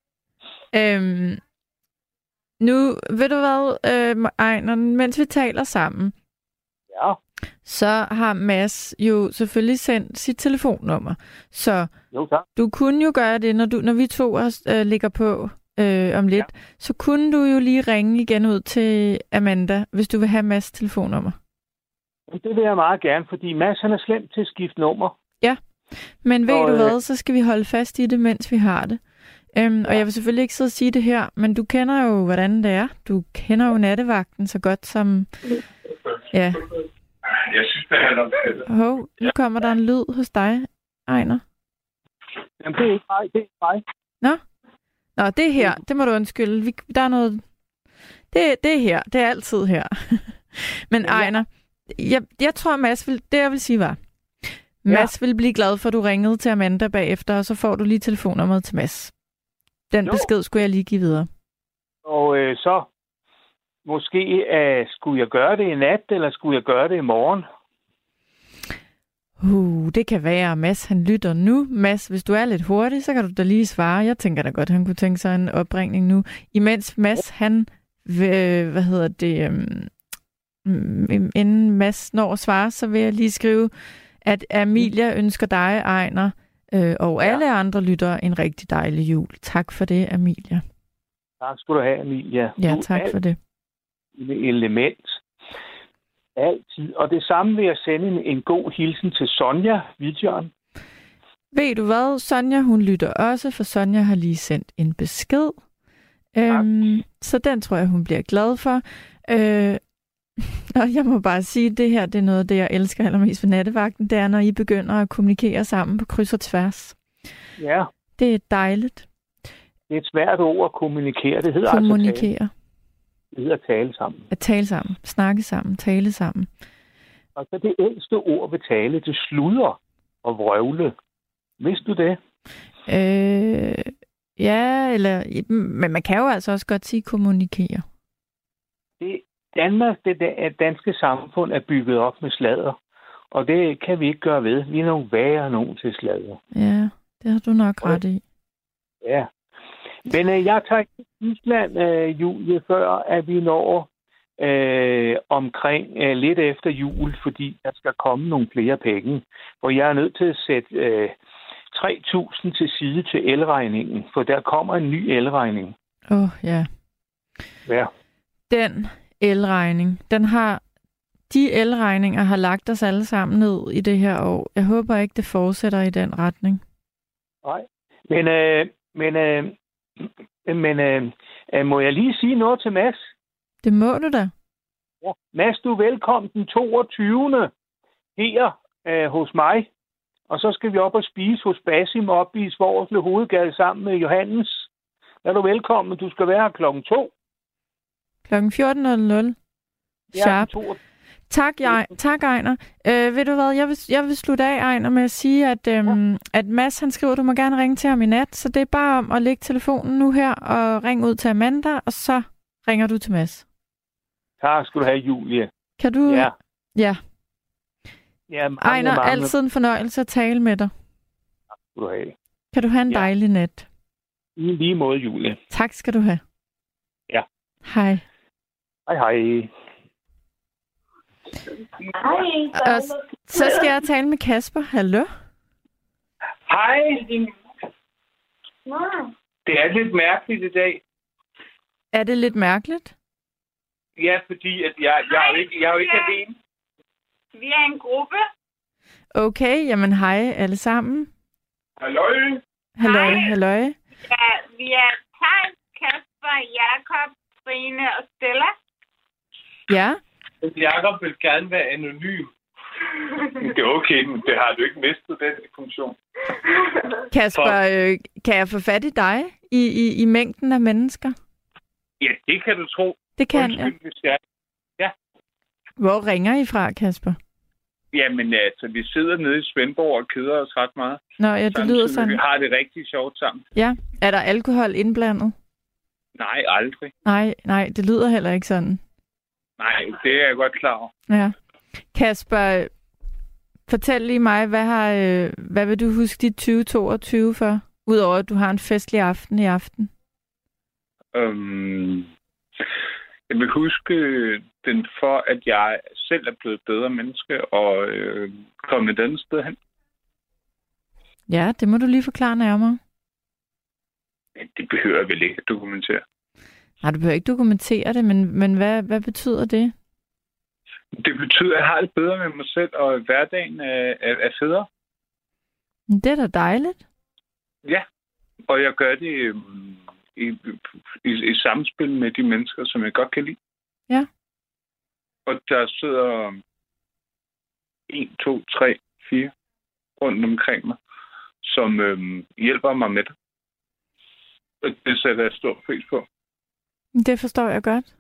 Nu, ved du hvad, Ejner, mens vi taler sammen, så har Mads jo selvfølgelig sendt sit telefonnummer. Så du kunne jo gøre det, når vi to ligger på om lidt, så kunne du jo lige ringe igen ud til Amanda, hvis du vil have Mads' telefonnummer. Det vil jeg meget gerne, fordi Mads, han er slemt til at skifte nummer. Ja, men ved du hvad, så skal vi holde fast i det, mens vi har det. Og jeg vil selvfølgelig ikke sidde og sige det her, men du kender jo, hvordan det er. Du kender jo nattevagten så godt som... Ja. Jeg synes, det handler om det. Nu kommer der en lyd hos dig, Ejner. Jamen, det er ikke mig. Det er mig. Nå, det er her. Det må du undskylde. Der er noget... Det er her. Det er altid her. Men Ejner, jeg tror, Mads vil... Det, jeg vil sige, var... Mads vil blive glad for, at du ringede til Amanda bagefter, og så får du lige telefonnummeret til Mads. Den besked skulle jeg lige give videre. Og så måske skulle jeg gøre det i nat, eller skulle jeg gøre det i morgen? Det kan være, Mads han lytter nu. Mads, hvis du er lidt hurtig, så kan du da lige svare. Jeg tænker da godt, han kunne tænke sig en opringning nu. Imens Mads, han... inden Mads når at svare, så vil jeg lige skrive, at Amelia ønsker dig, Ejner, og alle andre lyttere en rigtig dejlig jul. Tak for det, Amelia. Tak skal du have, Amelia. Ja, tak for det. Element. Altid. Og det samme vil jeg sende en god hilsen til Sonja Vidjørn. Ved du hvad? Sonja, hun lytter også, for Sonja har lige sendt en besked. Så den tror jeg, hun bliver glad for. Og jeg må bare sige, at det her det er noget af det, jeg elsker allermest ved nattevagten. Det er, når I begynder at kommunikere sammen på kryds og tværs. Ja. Det er dejligt. Det er et svært ord at kommunikere. Det hedder kommunikere. Altså det hedder tale sammen. At tale sammen. Snakke sammen. Tale sammen. Og så det ældste ord ved tale, det sludder og vrøvle. Vidste du det? Ja, men man kan jo altså også godt sige kommunikere. Det danske samfund er bygget op med sladder, og det kan vi ikke gøre ved. Vi er nogle værre nogen til sladder. Ja, det har du nok ret i. Ja. Men jeg tager til Tyskland, Julie, før at vi når omkring lidt efter jul, fordi der skal komme nogle flere penge. Og jeg er nødt til at sætte 3.000 til side til elregningen, for der kommer en ny elregning. Ja. Ja. Den elregning, de elregninger har lagt os alle sammen ned i det her år. Jeg håber ikke, det fortsætter i den retning. Nej, men må jeg lige sige noget til Mads? Det må du da. Ja. Mads, du er velkommen den 22. her hos mig. Og så skal vi op og spise hos Basim op i Svorsle Hovedgade sammen med Johannes. Er du velkommen? Du skal være her 2:00. 14:00. Sharp. Ja, tak, Ejner. Ved du hvad, jeg vil slutte af, Ejner, med at sige, at Mads, han skriver, at du må gerne ringe til ham i nat, så det er bare om at lægge telefonen nu her og ringe ud til Amanda, og så ringer du til Mads. Tak skal du have, Julie. Kan du... Ja. Ejner, altid en fornøjelse at tale med dig. Tak skal du have. Kan du have en dejlig nat? I lige måde, Julie. Tak skal du have. Ja. Hej. Hej. Og så skal jeg tale med Kasper. Hallo? Hej. Det er lidt mærkeligt i dag. Er det lidt mærkeligt? Ja, fordi at jeg er jo ikke alene. Vi er en gruppe. Okay, jamen hej alle sammen. Halløj. Halløj. Ja, vi er Thijs, Kasper, Jakob, Trine og Stella. Ja. Jakob vil gerne være anonym. Det er okay, men det har du ikke mistet, den funktion. Kasper, kan jeg få fat i dig i mængden af mennesker? Ja, det kan du tro. Det kan jeg. Ja. Hvor ringer I fra, Kasper? Jamen, altså, vi sidder nede i Svendborg og keder os ret meget. Nå, ja, det lyder sådan. Vi har det rigtig sjovt sammen. Ja. Er der alkohol indblandet? Nej, aldrig. Nej, det lyder heller ikke sådan. Nej, det er jeg godt klar over. Ja. Kasper, fortæl lige mig, hvad vil du huske dit 2022 for? Udover at du har en festlig aften i aften. Jeg vil huske den for, at jeg selv er blevet bedre menneske og kommet et andet sted hen. Ja, det må du lige forklare nærmere. Det behøver jeg vel ikke at dokumentere. Nej, du behøver ikke dokumentere det, men hvad betyder det? Det betyder, at jeg har det bedre med mig selv, og hverdagen er federe. Det er da dejligt. Ja, og jeg gør det i samspil med de mennesker, som jeg godt kan lide. Ja. Og der sidder 1, 2, 3, 4 rundt omkring mig, som hjælper mig med det. Og det sætter jeg stor pris på. Det forstår jeg godt.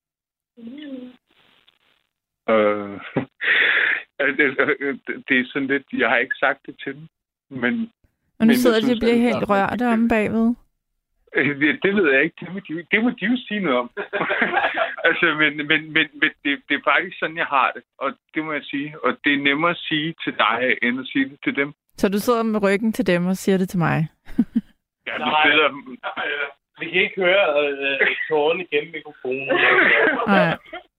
Det er sådan lidt, jeg har ikke sagt det til dem, men... Og nu sidder de og bliver helt rørte om bagved. Det ved jeg ikke. Det må de jo sige noget om. Altså, men det er faktisk sådan, jeg har det. Og det må jeg sige. Og det er nemmere at sige til dig, end at sige det til dem. Så du sidder med ryggen til dem og siger det til mig? Ja, nej. Vi kan ikke høre tårerne igennem mikrofonen. Nej.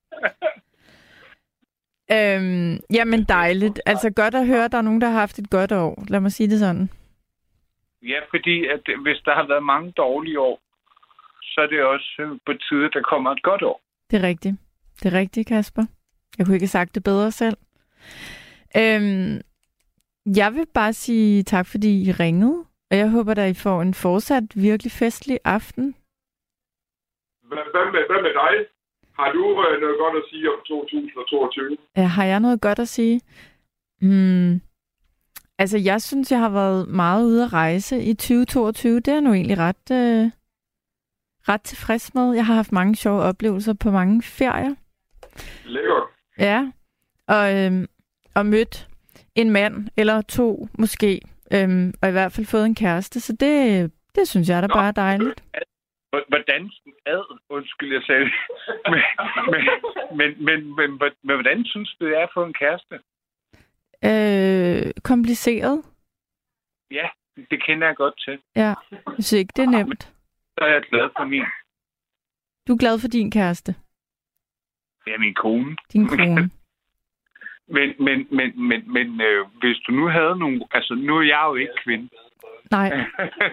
Jamen dejligt. Altså godt at høre, at der er nogen, der har haft et godt år. Lad mig sige det sådan. Ja, fordi at hvis der har været mange dårlige år, så er det også på tide, at der kommer et godt år. Det er rigtigt. Det er rigtigt, Kasper. Jeg kunne ikke have sagt det bedre selv. Jeg vil bare sige tak, fordi I ringede. Og jeg håber, at I får en fortsat virkelig festlig aften. Hvad med dig? Har du noget godt at sige om 2022? Har jeg noget godt at sige? Altså, jeg synes, jeg har været meget ude at rejse i 2022. Det er nu egentlig ret tilfreds med. Jeg har haft mange sjove oplevelser på mange ferier. Lækkert. Ja, og mødt en mand eller to måske, og i hvert fald fået en kæreste. Så det synes jeg da bare er dejligt. Hvordan? Undskyld, jeg sagde det. men hvordan synes du, det er at få en kæreste? Kompliceret. Ja, det kender jeg godt til. Ja, jeg synes ikke, det er nemt. Så er jeg glad for min. Du er glad for din kæreste? Ja, min kone. Din kone. men hvis du nu havde nogle... Altså, nu er jeg jo ikke kvinde. Nej.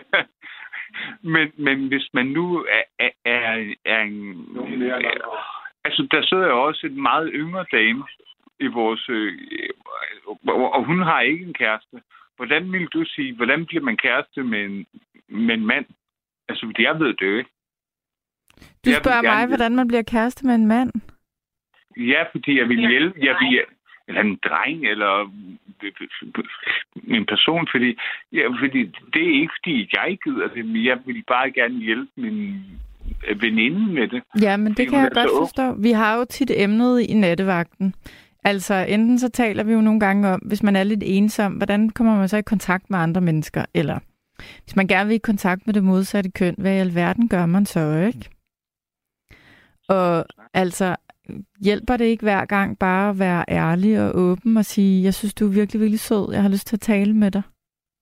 men hvis man nu er en... Altså, der sidder jo også en meget yngre dame i vores... og hun har ikke en kæreste. Hvordan vil du sige, hvordan bliver man kæreste med en mand? Altså, fordi jeg ved det jo ikke. Du spørger mig, hvordan man bliver kæreste med en mand? Ja, fordi jeg vil hjælpe... Eller en dreng, eller en person, fordi det er ikke, fordi jeg gider det, men jeg vil bare gerne hjælpe min veninde med det. Ja, men det kan jeg godt forstå. Vi har jo tit emnet i nattevagten. Altså, enten så taler vi jo nogle gange om, hvis man er lidt ensom, hvordan kommer man så i kontakt med andre mennesker? Eller hvis man gerne vil i kontakt med det modsatte køn, hvad i alverden gør man så, ikke? Og altså... Hjælper det ikke hver gang bare at være ærlig og åben og sige, jeg synes, du er virkelig, virkelig sød. Jeg har lyst til at tale med dig.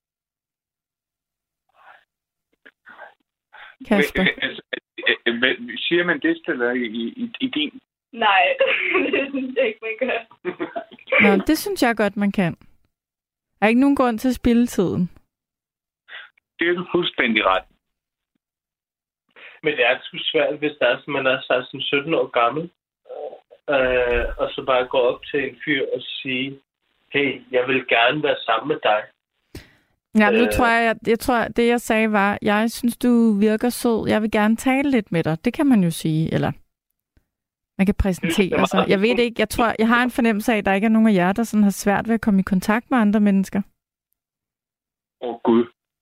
Kasper? Siger man det, eller i din? Nej, det synes jeg ikke, man gør. Nå, det synes jeg godt, man kan. Der er ikke nogen grund til at spilde tiden. Det er du fuldstændig ret. Men det er sgu svært, hvis det er, man er 16-17 år gammel, og så bare gå op til en fyr og sige, hey, jeg vil gerne være sammen med dig. Ja, nu tror jeg, det jeg sagde var, jeg synes, du virker sød. Jeg vil gerne tale lidt med dig. Det kan man jo sige, eller man kan præsentere sig. Jeg ved ikke, jeg har en fornemmelse af, at der ikke er nogen af jer, der sådan har svært ved at komme i kontakt med andre mennesker. Gud.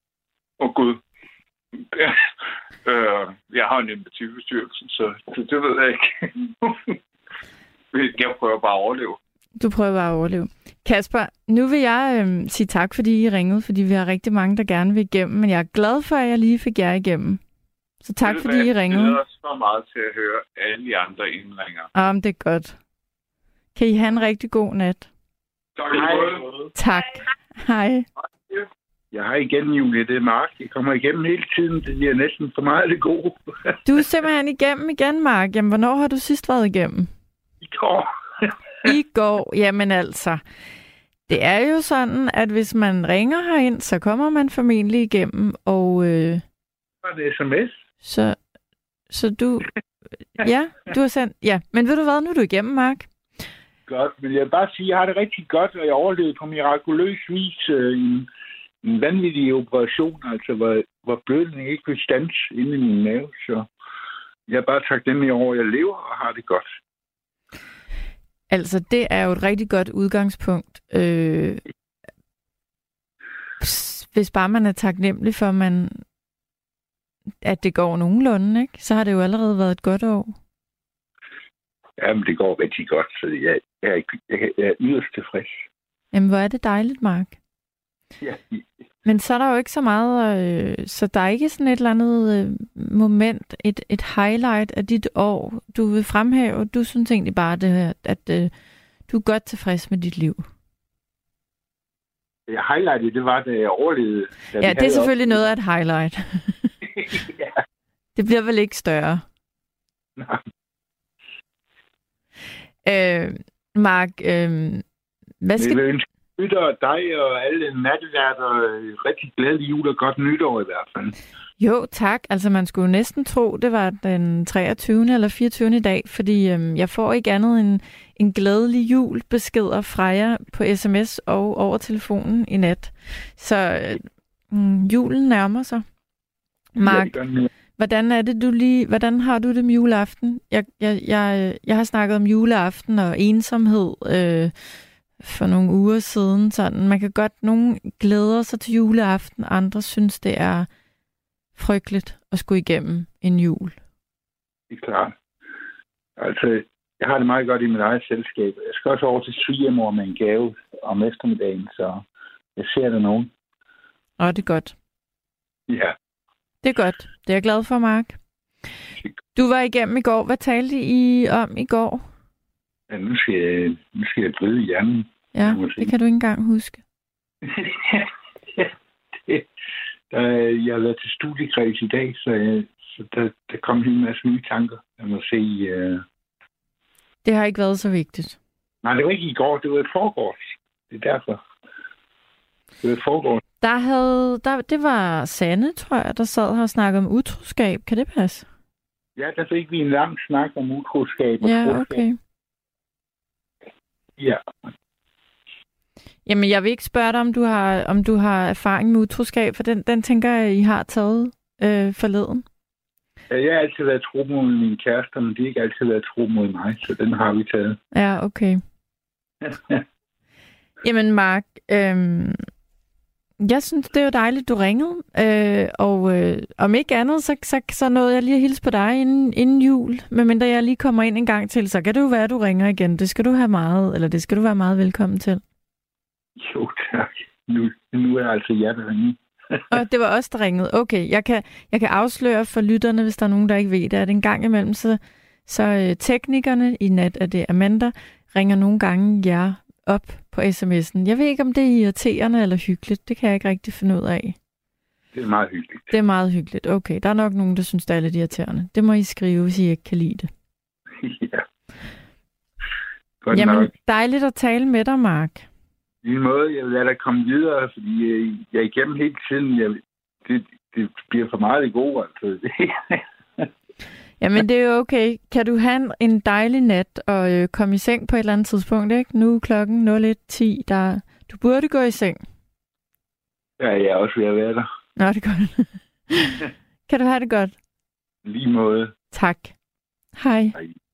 Jeg har en empatiforstyrrelse, så det ved jeg ikke. Jeg prøver bare at overleve. Du prøver bare at overleve. Kasper, nu vil jeg sige tak, fordi I ringede, fordi vi har rigtig mange, der gerne vil igennem, men jeg er glad for, at jeg lige fik jer igennem. Så tak, fordi I ringede. Jeg glæder os så meget til at høre alle de andre indringer. Det er godt. Kan I have en rigtig god nat? Tak. Tak. Hej. Jeg har igennem, Julie. Det er Mark. Jeg kommer igennem hele tiden. Det er næsten for meget det gode. Du er simpelthen igennem igen, Mark. Jamen, hvornår har du sidst været igennem? I går. I går. Jamen altså. Det er jo sådan, at hvis man ringer herind, så kommer man formentlig igennem, og... Det er sms. Så du... Ja, du har sendt... Ja, men ved du hvad? Nu er du igennem, Mark. Godt, men jeg vil bare sige, at jeg har det rigtig godt, og jeg overlevede på mirakuløs vis en vanvittig operation, altså hvor blødningen ikke vil stands inde i min mave, så jeg er bare taknemmelig over, at jeg lever og har det godt. Altså, det er jo et rigtig godt udgangspunkt. Hvis bare man er taknemmelig for, at det går nogenlunde, ikke? Så har det jo allerede været et godt år. Jamen, det går rigtig godt, så jeg er yderst tilfreds. Jamen, hvor er det dejligt, Mark. Ja. Men så er der jo ikke så meget, så der er ikke sådan et eller andet moment, et highlight af dit år, du vil fremhæve. Du synes egentlig bare, at du er godt tilfreds med dit liv. Det highlightet, det var, da jeg overlevede. Ja, det er selvfølgelig noget af et highlight. Ja. Det bliver vel ikke større. Nej. Mark, hvad skal... Jeg vil ønske lytter dig og alle natteværter rigtig glædelig jul og godt nytår i hvert fald. Jo, tak. Altså, man skulle næsten tro, det var den 23. eller 24. i dag, fordi jeg får ikke andet end en glædelig jul beskeder fra jer på sms og over telefonen i nat. Så julen nærmer sig. Mark, hvordan er det hvordan har du det med juleaften? Jeg har snakket om juleaften og ensomhed for nogle uger siden. Sådan. Man kan godt, nogen glæder sig til juleaften, andre synes, det er frygteligt at skulle igennem en jul. Det er klart. Altså, jeg har det meget godt i mit eget selskab. Jeg skal også over til svigermor med en gave om eftermiddagen, så jeg ser der nogen. Det er godt. Ja. Det er godt. Det er jeg glad for, Mark. Du var igennem i går. Hvad talte I om i går? Ja, nu skal jeg bryde hjernen. Ja, det kan du ikke engang huske. Jeg har været til studiekreds i dag, så der kom en masse nye tanker. Jeg må se... Det har ikke været så vigtigt. Nej, det var ikke i går. Det var i forgårs. Det er derfor. Det var i forgårs. Det var Sanne, tror jeg, der sad her og snakkede om utroskab. Kan det passe? Ja, der fik vi en lang snak om utroskab. Og ja, okay. Ja. Jamen, jeg vil ikke spørge dig, om du har erfaring med utroskab, for den tænker jeg, I har taget forleden. Ja, jeg har altid været tro mod mine kærester, men de har ikke altid været tro mod mig, så den har vi taget. Ja, okay. Jamen, Mark, jeg synes, det er jo dejligt, du ringede, og om ikke andet, så nåede jeg lige at hilse på dig inden jul, medmindre jeg lige kommer ind en gang til, så kan det jo være, at du ringer igen. Det skal du være meget velkommen til. Jo, tak. Nu er jeg altså jer, der ringer. Og det var os, der ringede. Okay, jeg kan afsløre for lytterne, hvis der er nogen, der ikke ved det, at en gang imellem, så teknikerne i nat, at det Amanda, ringer nogle gange jer op på sms'en. Jeg ved ikke, om det er irriterende eller hyggeligt. Det kan jeg ikke rigtig finde ud af. Det er meget hyggeligt. Det er meget hyggeligt. Okay, der er nok nogen, der synes, det er lidt irriterende. Det må I skrive, hvis I ikke kan lide det. Ja. Godt Jamen, nok. Dejligt at tale med dig, Mark. I en måde, jeg vil lade dig komme videre, fordi jeg er igennem hele tiden. Det bliver for meget i god, altså. Jamen, det er jo okay. Kan du have en dejlig nat og komme i seng på et eller andet tidspunkt, ikke? Nu er klokken 01:10. Du burde gå i seng. Ja, jeg er også ved at være der. Nå, det er godt. Kan du have det godt? Lige måde. Tak. Hej. Hej.